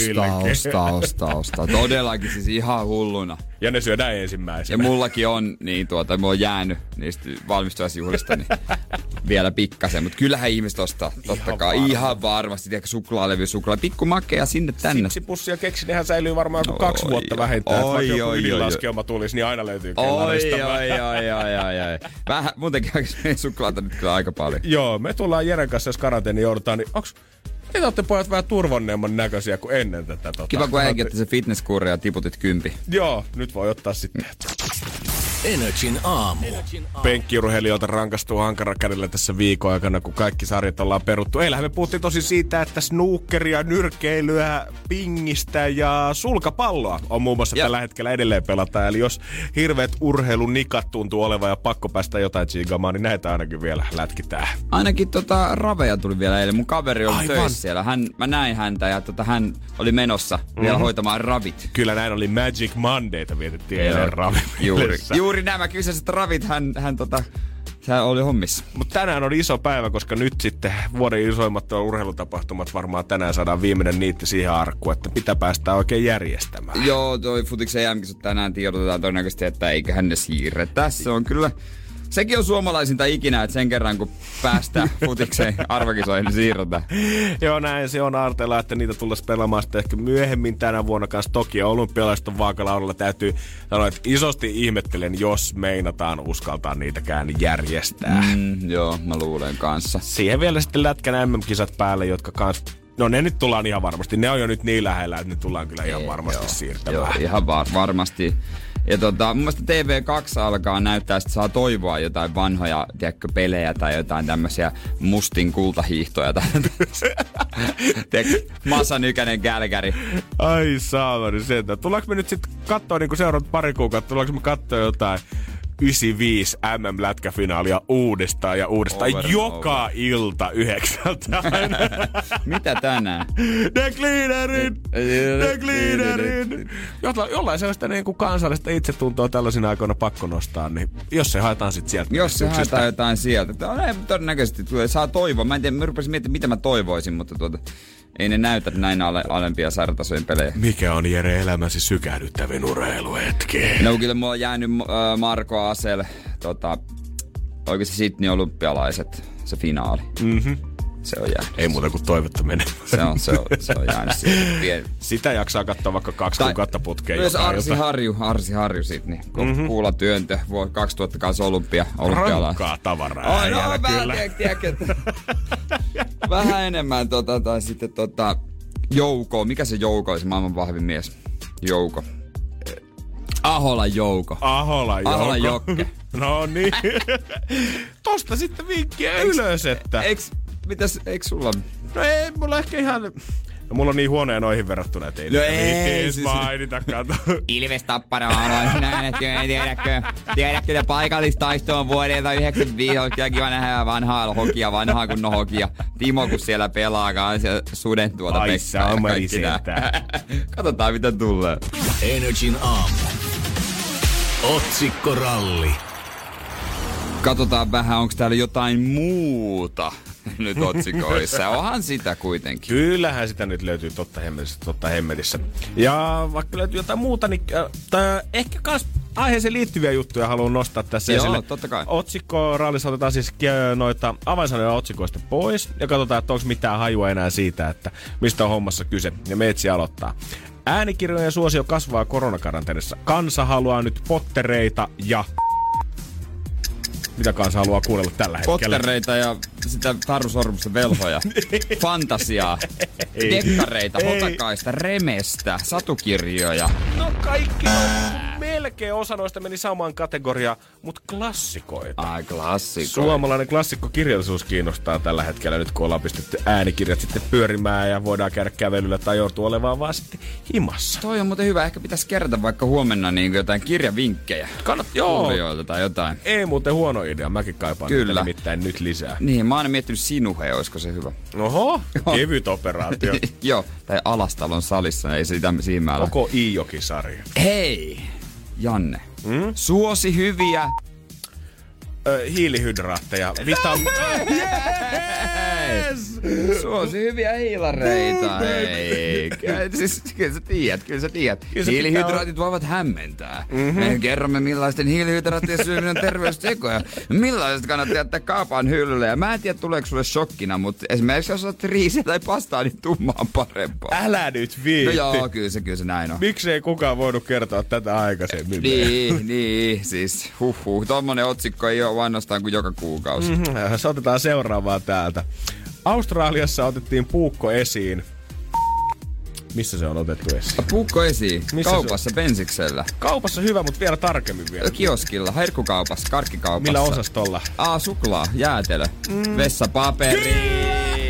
Ostaa. Todellakin siis ihan hulluna. Ja ne syödään ensimmäisenä. Ja mullakin on, niin mä oon jäänyt niistä valmistujaisjuhlista niin vielä pikkasen. Mutta kyllähän ihmiset ostaa, totta kai. Ihan varmasti. Tiedätkö, suklaa, pikku makea sinne tänne. Sipsipussi ja keksi, nehän säilyy varmaan joku 2 vuotta vähintään. Vaikka joku ydinlaskelma tulisi, niin aina löytyy kellarista. Oi. Vähän muutenkin suklaata nyt kyllä aika paljon. Joo, me tullaan Jeren kanssa, jos karanteeni joudutaan, niin te olette pojat vähän turvonneemman näköisiä kuin ennen tätä. Kiva, kun äänkin otti se fitnesskuuri ja tiputit 10. Joo, nyt voi ottaa sitten. Energin aamu. Penkkiurheilijoilta rankastuu hankarakädellä tässä viikon aikana, kun kaikki sarjat ollaan peruttu. Eilähän me puhuttiin tosi siitä, että snookeria, nyrkkeilyä, pingistä ja sulkapalloa on muun muassa tällä hetkellä edelleen pelataan. Eli jos hirveät urheilunikat tuntuu olevan ja pakko päästä jotain tsiigamaan, niin näitä ainakin vielä lätkitään. Ainakin raveja tuli vielä eilen. Mun kaveri oli töissä siellä. Mä näin häntä ja hän oli menossa vielä hoitamaan ravit. Kyllä näin oli Magic Mondayta vietettiin eilen ravit. Juuri nämä kyseiset ravit hän oli hommissa. Mutta tänään on iso päivä, koska nyt sitten vuoden isoimmat urheilutapahtumat varmaan tänään saadaan viimeinen niitti siihen arkkuun, että mitä päästään oikein järjestämään. Joo, toi futiksen EM-kisat tänään tiedotetaan todennäköisesti, että eiköhän ne siirre. Tässä on kyllä... Sekin on suomalaisinta ikinä, että sen kerran kun päästään futikseen arvakisoihin, niin siirrytään. Joo, näin se on artella, että niitä tullaan pelaamaan sitten ehkä myöhemmin tänä vuonna kanssa. Toki olympialaiset on vaakalaudalla. Täytyy sanoa, että isosti ihmettelen, jos meinataan uskaltaa niitäkään järjestää. Joo, mä luulen kanssa. Siihen vielä sitten lätkän MM-kisat päälle, jotka kanssa... No ne nyt tullaan ihan varmasti. Ne on jo nyt niin lähellä, että ne tullaan kyllä ihan varmasti siirtämään. Joo, ihan varmasti. Ja mun mielestä TV2 alkaa näyttää, että saa toivoa jotain vanhoja, tiedätkö, pelejä tai jotain tämmöisiä mustin kultahiihtoja tai Massa Nykänen Gälgäri. Ai saamari sentä. Tullaanko me nyt sit kattoo niinku seuraavat pari kuukautta, tullaanko me kattoo jotain 95 MM-lätkäfinaalia uudestaan ja uudestaan joka ilta 9 aina. Mitä tänään? The Cleanerin! Jollain sellaista niin kuin kansallista itsetuntoa tällaisina aikoina pakko nostaa, niin jos se haetaan sit sieltä. Jos se haetaan jotain sieltä. Todennäköisesti tulee, saa toivoa. Mä en tiedä, mä rupesin miettimään, mitä mä toivoisin, mutta ei ne näytä näin alempia sarjatasojen pelejä. Mikä on Jere elämäsi sykähdyttävin urheiluhetki? No kyllä mulla on jäänyt Marko Asel, oikeesti Sydney olympialaiset, se finaali. Mhm. Se on jäänyt. Ei muuta kuin toivetta menee. Se on jäänyt siihen. Sitä jaksaa katsoa vaikka 2 kuukautta putkeen. Myös Arsi Harju Sydney. Kuulatyöntö, 2000 kanssa olympialaiset. Rankkaa tavaraa. Ai no, vähän enemmän tai sitten Jouko. Mikä se Jouko olisi maailman vahvin mies? Jouko. Aholan Jouko. Aholan Jokke. No niin. Tosta sitten vinkkiä ylös, että... Eikö sulla... No ei, mulla ehkä ihan... No mulla on niin huonoja noihin verrattuna, että ei siis mainitakaan. Ilves Tappara on näin, tiedätkö ne paikallistaisto on vuodelta 95, on kyllä kiva nähdä vanhaa hokia, vanhaa kunnon hokia. Timo kun siellä pelaa kanssa Suden tuolta Pekkaa ja kaikki nää. Katsotaan mitä tulee. Energin aamu. Otsikkoralli. Katsotaan vähän, onko täällä jotain muuta nyt otsikoissa. Onhan sitä kuitenkin. Kyllähän sitä nyt löytyy totta hemmetissä. Ja vaikka löytyy jotain muuta, niin ehkä kans aiheeseen liittyviä juttuja haluan nostaa tässä esille. Joo, totta kai. Otsikkorallissa otetaan siis noita avainsanoja otsikoista pois ja katsotaan, että onko mitään hajua enää siitä, että mistä on hommassa kyse. Ja me etsi aloittaa. Äänikirjojen suosio kasvaa koronakaranteenissa. Kansa haluaa nyt pottereita ja... Mitä kansa haluaa kuunnella tällä hetkellä? Pottereita ja sitä Taru Sormusten velhoja. Fantasiaa. Dekkareita, hotakaista, remestä, satukirjoja. No kaikki melkein osa noista meni samaan kategoriaan, mutta klassikoita. Ai klassikoita. Suomalainen klassikkokirjallisuus kiinnostaa tällä hetkellä nyt, kun ollaan pistetty äänikirjat sitten pyörimään ja voidaan käydä kävelyllä tai joutuu olemaan vaan sitten himassa. Toi on muuten hyvä. Ehkä pitäisi kerätä vaikka huomenna niin jotain kirjavinkkejä. Kuulijoilta tai jotain. Ei muuten huono idea. Mäkin kaipaan niitä nimittäin nyt lisää. Niin, mä oon miettinyt Sinuhe, olisiko se hyvä. Oho, kevyt operaatio. Joo, tai Alastalon salissa, ei sitä siinä. Koko Iijoki-sarja. Hei, Janne. Suosi hyviä... hiilihydraatteja. Mistä on... Yes! Suosi hyviä hiilareita. Hei. Kyllä sä tiedät. Hiilihydraatit voivat hämmentää. Me kerromme millaisten hiilihydraattien syöminen on terveystekoja. Millaiset kannattaa jättää kaupan hyllylle. Ja mä en tiedä tuleeko sulle shokkina, mutta esimerkiksi jos olet riisiä tai pastaa, niin tumma on parempaa. Älä nyt viitti. No joo, kyllä se näin on. Miksi ei kukaan voinut kertoa tätä aikaisemmin? Niin, siis tommonen otsikko ei ole ainoastaan kuin joka kuukausi. Se otetaan seuraavaa täältä. Australiassa otettiin puukko esiin. Missä se on otettu esiin? Puukko esiin? Missä kaupassa, bensiksellä. Kaupassa hyvä, mutta vielä tarkemmin vielä. Kioskilla, herkkukaupassa, karkkikaupassa. Millä osastolla? Suklaa, jäätelö, vessapaperi.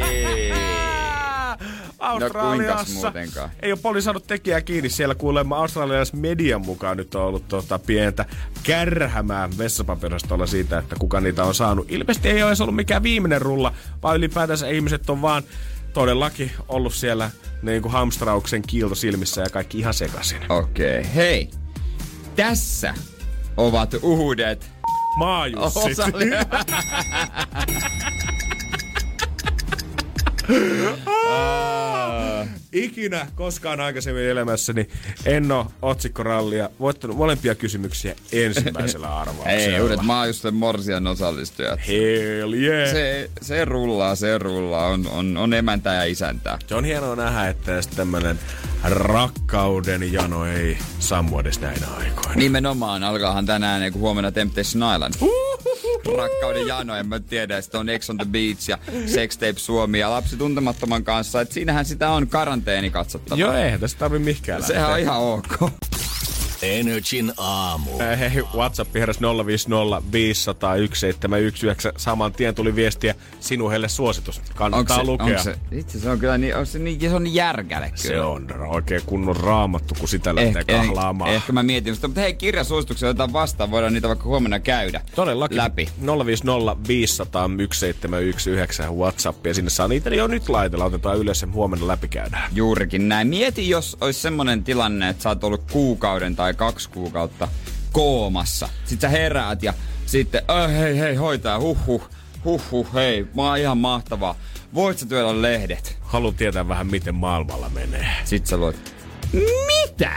Australiassa ei ole poliisi saanut tekijää kiinni. Siellä kuulemma australialaisen median mukaan nyt on ollut pientä kärhämää vessapaperistolla siitä, että kuka niitä on saanut. Ilmeisesti ei ole edes ollut mikään viimeinen rulla, vaan ylipäätänsä ihmiset on vaan todellakin ollut siellä niin kuin hamstrauksen kiilto silmissä ja kaikki ihan sekaisin. Okei. Hei, tässä ovat uudet maajussit. Ikinä koskaan aikaisemmin elämässäni en ole otsikkorallia voittanut molempia kysymyksiä ensimmäisellä arvauksella. Ei, uudet maajusten morsian osallistujat. Hell yeah. Se rullaa. On emäntä ja isäntää. Se on hienoa nähdä, että tämmönen rakkauden jano ei sammu edes näinä aikoina. Nimenomaan, alkaahan tänään eiku huomenna Temptation Island. Rakkauden jano, en mä tiedä, sitten on Ex on the Beach ja Sex Tape Suomi ja Lapsi tuntemattoman kanssa, että siinähän sitä on karanteeni katsottava. Joo, eihän tästä tarvitse mihinkään lähteä. Sehän on ihan ok. NRJ:n aamu. Hei, WhatsApp heräs 050 501 719. Saman tien tuli viestiä sinuhelle suositus. Kannattaa lukea. Itse se on kyllä niin, se on niin järkäle kyllä. Se on oikein kunnon raamattu, kun sitä lähtee kahlaamaan. Ehkä mä mietin sitä, mutta hei, kirjasuosituksia otetaan vastaan. Voidaan niitä vaikka huomenna käydä läpi. 050 500 1719 WhatsApp ja sinne saa niitä jo nyt laitella. Otetaan ylös ja huomenna läpi käydään. Juurikin näin. Mieti, jos olisi semmoinen tilanne, että sä oot ollut kuukauden tai 2 kuukautta koomassa. Sitten sä heräät ja sitten, hei, hoitaja, hei, mä oon ihan mahtavaa. Voit sä työllä lehdet? Haluan tietää vähän, miten maailmalla menee. Sitten sä luot, mitä?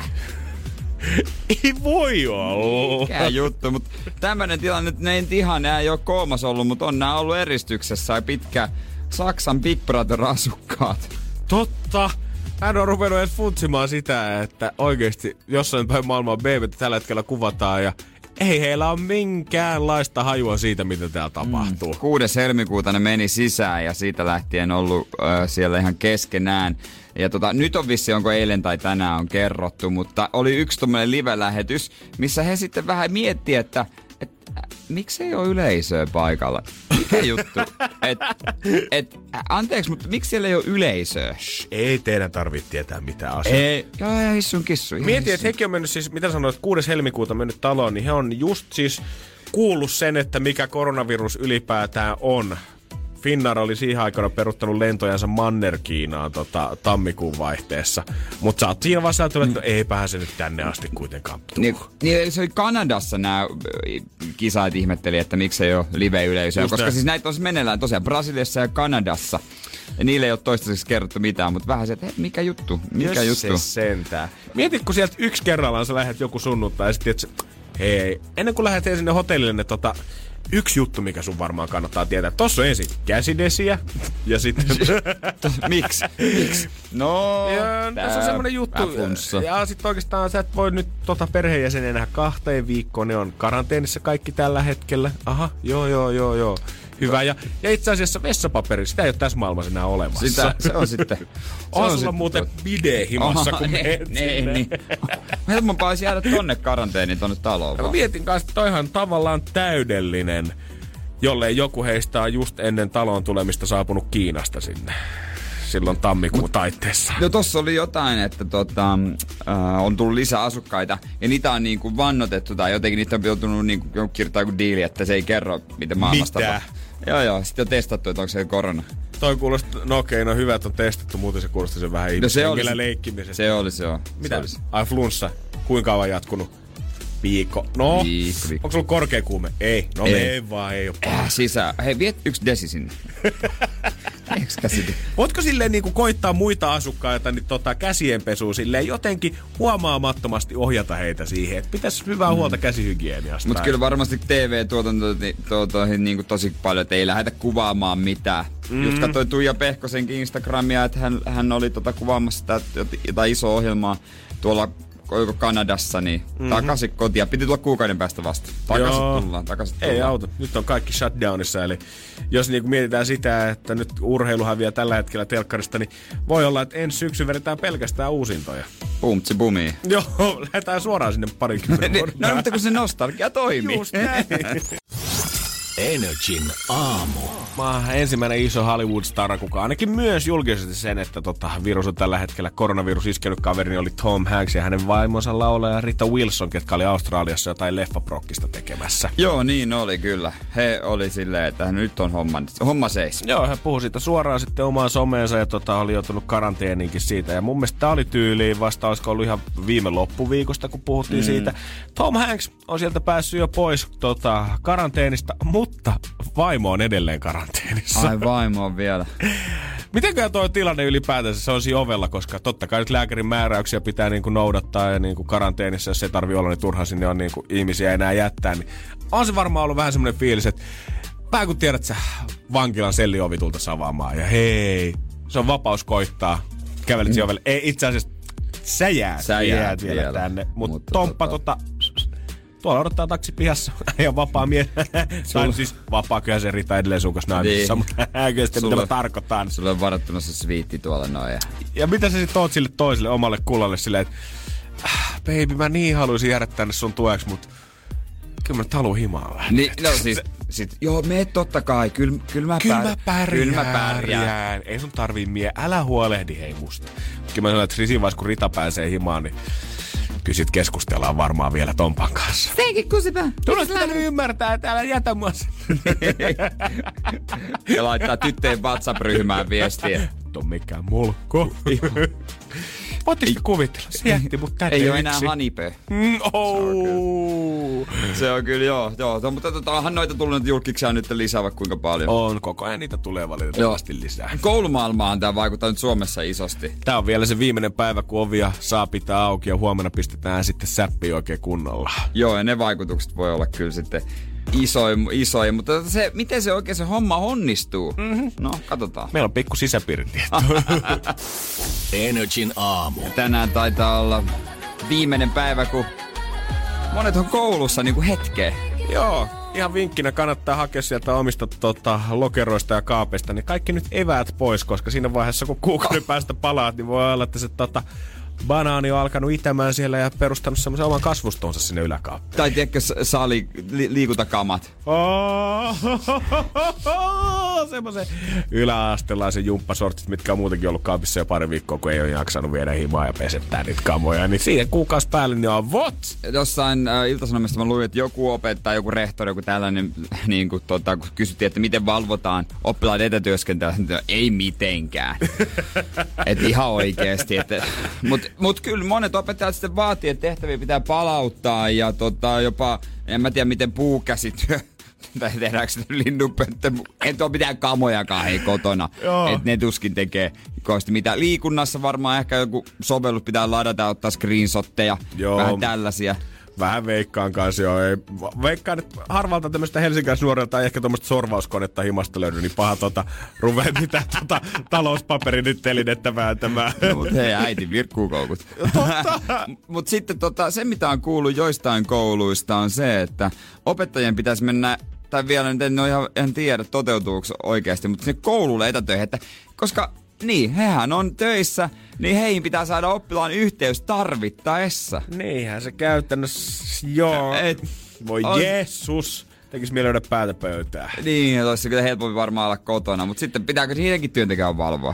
Ei voi olla. Mikä juttu, mutta tämmönen tilanne, että ne ei ole koomassa ollut, mutta on nää ollut eristyksessä ja pitkä Saksan Big Brother-asukkaat. Totta. Hän on ruvennut edes funtsimaan sitä, että oikeesti jossain päin maailmaa babyt tällä hetkellä kuvataan ja ei heillä ole minkäänlaista hajua siitä, mitä täällä tapahtuu. 6. helmikuuta ne meni sisään ja siitä lähtien ollut siellä ihan keskenään. Ja nyt on vissi, onko eilen tai tänään on kerrottu, mutta oli yksi tommoinen live-lähetys, missä he sitten vähän miettii, että miksei ole yleisöä paikalla? Mikä juttu? Anteeksi, mutta miksi siellä ei ole yleisöä? Ei teidän tarvitse tietää mitään asiaa. Ei. Ja hissun kissu. Mietin, että hekin on mennyt siis, mitä sanoit, 6. helmikuuta mennyt taloon, niin he on just siis kuullut sen, että mikä koronavirus ylipäätään on. Finnair oli siihen aikana peruttanut lentojansa Manner-Kiinaan tammikuun vaihteessa. Mutta sä oot siinä vaiheessa ajatellut, että eipähän se nyt tänne asti kuitenkaan tuu. Niin se oli Kanadassa nämä kisait ihmetteli, että miksei ole live-yleisöä. Just koska näin. Siis näitä on meneillään tosiaan Brasiliassa ja Kanadassa. Ja niille ei ole toistaiseksi kerrottu mitään, mutta vähän se, että mikä juttu? Se sentää. Mietit, kun sieltä yksi kerrallaan sä lähdet joku sunnuntai ja sitten hei, ennen kuin lähdet sinne hotellille, ne yksi juttu, mikä sun varmaan kannattaa tietää. Tossa on ensin käsidesiä ja sitten... Miksi? No, tässä on semmonen juttu. Ja sit oikeastaan sä et voi nyt perheenjäsenen enää 2 viikkoon. Ne on karanteenissa kaikki tällä hetkellä. Aha, joo. Hyvä. Ja itse asiassa vessapaperi, sitä ei ole tässä maailmassa enää olemassa. Se on sitten. On sulla muuten bide-himassa, kun meet sinne. Niin. Helpompaa olisi jäädä tonne karanteeniin tonne taloon. Mä mietin kanssa, että toihan tavallaan täydellinen, jollei joku heistä on just ennen taloon tulemista saapunut Kiinasta sinne. Silloin tammikuun taitteessa. No tossa oli jotain, että on tullut lisää asukkaita ja niitä on niinku vannotettu tai jotenkin niitä on joutunut niinku kirjoittaa joku diili, että se ei kerro, miten maailmasta tapahtuu. Joo, sitten on testattu, että onko se korona. Toi kuulostaa, no okei, no hyvä, että on testattu, muuten se kuulostaa sen vähän ihmishengellä leikkimisestä. Se olisi. Mitä? Ai flunssa, kuinka kauan jatkunut? Viikko. No, onko sulla korkea kuume? Ei. No ei vaan, ei oo sisään. Hei, viet 1 desi sinne. Voitko silleen niinku koittaa muita asukkaita niin käsienpesuun silleen jotenkin huomaamattomasti ohjata heitä siihen, että pitäisi hyvää huolta käsihygieniasta. Mutta kyllä varmasti TV-tuotantoihin niinku tosi paljon, että ei lähdetä kuvaamaan mitään. Just katsoin Tuija Pehkosenkin Instagramia, että hän oli kuvaamassa jotain isoa ohjelmaa tuolla Kanadassa, niin takaisin kotia. Piti tulla kuukauden päästä vasta. Takaisin tullaan. Ei auta. Nyt on kaikki shutdownissa. Eli jos niinku mietitään sitä, että nyt urheilu häviää tällä hetkellä telkkarista, niin voi olla, että ensi syksy vedetään pelkästään uusintoja. Bumtsi bumi. Joo, lähdetään suoraan sinne 20 vuotta. No mutta kun se nostalgia toimii. Just näin. NRJ:n aamu. Ensimmäinen iso Hollywood-stara, kuka ainakin myös julkisesti sen, että virus on tällä hetkellä koronavirus iskenyt kaverini, oli Tom Hanks ja hänen vaimonsa laulaja Rita Wilson, ketkä oli Australiassa jotain leffaprokkista tekemässä. Joo, niin oli kyllä. He oli silleen, että nyt on homma seis. Joo, he puhui siitä suoraan sitten omaan someensa ja oli joutunut karanteeniinkin siitä. Ja mun mielestä tää oli tyyliin vasta, olisiko ollut ihan viime loppuviikosta, kun puhuttiin siitä. Tom Hanks on sieltä päässyt jo pois karanteenista, mutta vaimo on edelleen karanteenissa. Ai vaimo on vielä. Mitenkään tuo tilanne ylipäätänsä, se on siinä ovella, koska totta kai nyt lääkärin määräyksiä pitää niinku noudattaa ja niinku karanteenissa, jos se tarvii olla, niin turhaan sinne on niinku ihmisiä enää jättää. Niin on se varmaan ollut vähän semmoinen fiilis, että vähän kun tiedät sä vankilan selliovi tulta avaamaan ja hei, se on vapaus koittaa. Kävelit siinä ovelle. Ei itse asiassa, sä jäät vielä tänne. Mutta Tomppa tuolla odottaa taksi pihassa ja vapaa mies. Tai siis vapaa, kyllä se Rita edelleen sun kanssa naimisissa, mutta kyllä sitten mitä mä tarkoitan. Sulla on varattuna se sviitti tuolla noin. Ja mitä sä sit oot sille toiselle omalle kullalle silleen, että baby, mä niin haluaisin jäädä tänne sun tueksi, mut kyllä mä nyt haluun himaan lähteä. Niin, no siis joo, me totta kai, kyllä mä pärjään. Ei sun tarvii älä huolehdi hei musta. Kyllä mä sanon, että siinä vaiheessa kun Rita pääsee himaan, niin kyllä sit keskustellaan varmaan vielä Tompan kanssa. Seikin kusipää. Tulet tänne ymmärtää, että älä jätä mua. Ja laittaa tyttöjen WhatsApp-ryhmään viestiä. Tuo mikään mulkko. Voitteko kuvitella? Se jätti mut tänne ei yksin. ole enää hanipö. Se on kyllä joo. Mutta onhan noita tullut julkiksia nyt lisää vaikka kuinka paljon. On, koko ajan niitä tulee valitettavasti lisää. Koulumaailmaan tää vaikuttaa nyt Suomessa isosti. Tää on vielä se viimeinen päivä, kun ovia saa pitää auki ja huomenna pistetään sitten säppiä oikein kunnolla. Joo, ja ne vaikutukset voi olla kyllä sitten isoja, mutta se, miten se oikein se homma onnistuu? Mm-hmm. No, katsotaan. Meillä on pikku sisäpiiritieto. Energin aamu. Tänään taitaa olla viimeinen päivä, kun monet on koulussa niin kuin hetkeä. Joo, ihan vinkkinä kannattaa hakea sieltä omista lokeroista ja kaapeista, niin kaikki nyt eväät pois, koska siinä vaiheessa, kun kuukauden päästä palaat, niin voi olla, että se banaani on alkanut itämään siellä ja perustanut semmoisen oman kasvustonsa sinne yläkaappiin. Tai tiedätkö liikuntakamat? Semmoisen yläastelaisen jumppasortit, mitkä on muutenkin ollut kaapissa jo pari viikkoa, kun ei ole jaksanut viedä himaa ja pesettää niitä kamoja. Niin siihen kuukausi päälle niin on Jossain Ilta-Sanomista mä luin, että joku opettaja, joku rehtori, joku tällainen, niin kuin, kun kysyttiin, että miten valvotaan oppilaiden etätyöskentelyä, ei mitenkään. Et ihan oikeesti. Mut kyllä monet opettajat sitten vaatii, että tehtäviä pitää palauttaa ja jopa, en mä tiedä miten puukäsityö, tai tehdäänkö sitä linnunpönttö, et ole mitään kamojakaan hei kotona. Että ne tuskin tekee koisesti mitä. Liikunnassa varmaan ehkä joku sovellus pitää ladata ja ottaa screenshotteja, vähän tällaisia. Vähän veikkaan kanssa joo. Veikkaan, että harvalta tämmöistä helsinkiläisnuorelta ei ehkä tuommoista sorvauskonetta himasta löydy, niin paha ruveen mitään talouspaperin nyt telinettä vääntämään. No, mut hei äiti, virkkuukoukut. Mut sitten se mitä on kuullut joistain kouluista on se, että opettajien pitäisi mennä, tai vielä nyt en tiedä toteutuuko oikeasti, mutta sinne koululle etätöihin, että koska niin, hehän on töissä, niin heihin pitää saada oppilaan yhteys tarvittaessa. Niinhän se käytännössä, joo. Voi Jeesus, tekis mieli löydä päätä pöytää. Niin, olisi kyllä helpompi varmaan olla kotona, mutta sitten pitääkö niidenkin työntekijän valvoa?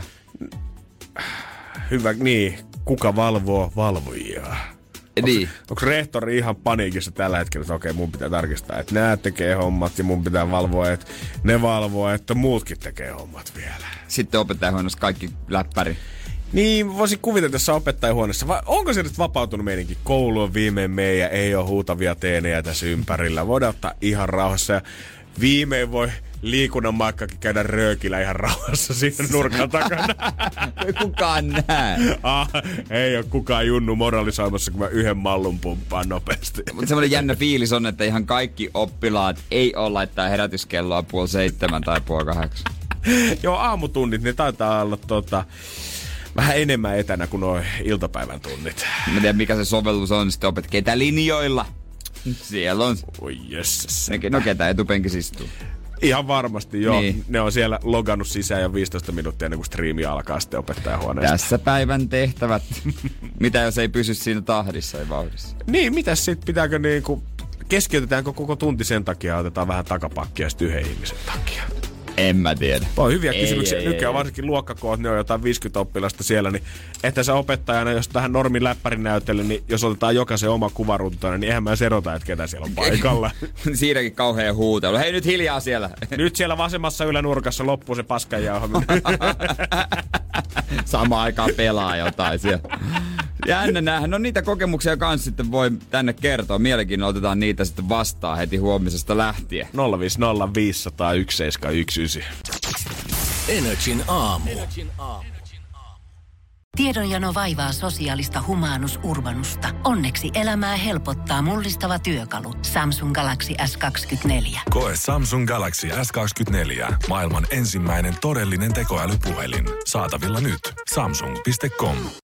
Hyvä, niin. Kuka valvoo valvojia? Niin. Onko rehtori ihan paniikissa tällä hetkellä, että okei, mun pitää tarkistaa, että nämä tekee hommat ja mun pitää valvoa, että ne valvoo, että muutkin tekee hommat vielä. Sitten opettajahuoneessa kaikki läppäri. Niin, voisin kuvitella tässä opettajahuoneessa. Vai onko se nyt vapautunut meininkin? Koulu on viimein meidän, ei ole huutavia teenejä tässä ympärillä. Voidaan ottaa ihan rauhassa ja viimein voi liikunnan maikkakin käydä röökillä ihan rauhassa siinä nurkan takana. Ei kukaan näe. Ei ole kukaan junnu moralisoimassa, kun mä yhden mallun pumppaan nopeasti. Mutta semmoinen jännä fiilis on, että ihan kaikki oppilaat ei ole laittaa herätyskelloa 6:30 tai 7:30. Joo, aamutunnit, ne taitaa olla vähän enemmän etänä kuin nuo iltapäivän tunnit. Mä tiedän, mikä se sovellus on, sitten opet ketä linjoilla. Siellä on. Oi jössäs. No ketä etupenkissä istuu. Ihan varmasti, joo. Niin. Ne on siellä logannut sisään jo 15 minuuttia ennen kuin striimi alkaa sitten opettajahuoneesta. Tässä päivän tehtävät. Mitä jos ei pysy siinä tahdissa ja vauhdissa? Niin, mitäs sit pitääkö keskeytetäänkö koko tunti sen takia ja otetaan vähän takapakkia sitten yhden ihmisen takia? En mä tiedä. On hyviä kysymyksiä. Nykyään varsinkin luokkakoot, ne on jotain 50 oppilasta siellä, niin että sä opettajana, jos tähän normin läppärin näyttely, niin jos otetaan jokaisen oma kuvaruutuna, niin eihän mä erota, että ketä siellä on paikalla. Siinäkin kauhean huutelu. Hei nyt hiljaa siellä. Nyt siellä vasemmassa ylänurkassa loppuu se paskanjauhaminen. Samaan aikaan pelaa jotain siellä. Jännä nähdä. No niitä kokemuksia kans sitten voi tänne kertoa. Mielenkiinnolla otetaan niitä sitten vastaan heti huomisesta lähtien. 050 500 1719. Energin aamu. Tiedonjano vaivaa sosiaalista humanus urbanusta. Onneksi elämää helpottaa mullistava työkalu. Samsung Galaxy S24. Koe Samsung Galaxy S24. Maailman ensimmäinen todellinen tekoälypuhelin. Saatavilla nyt. Samsung.com.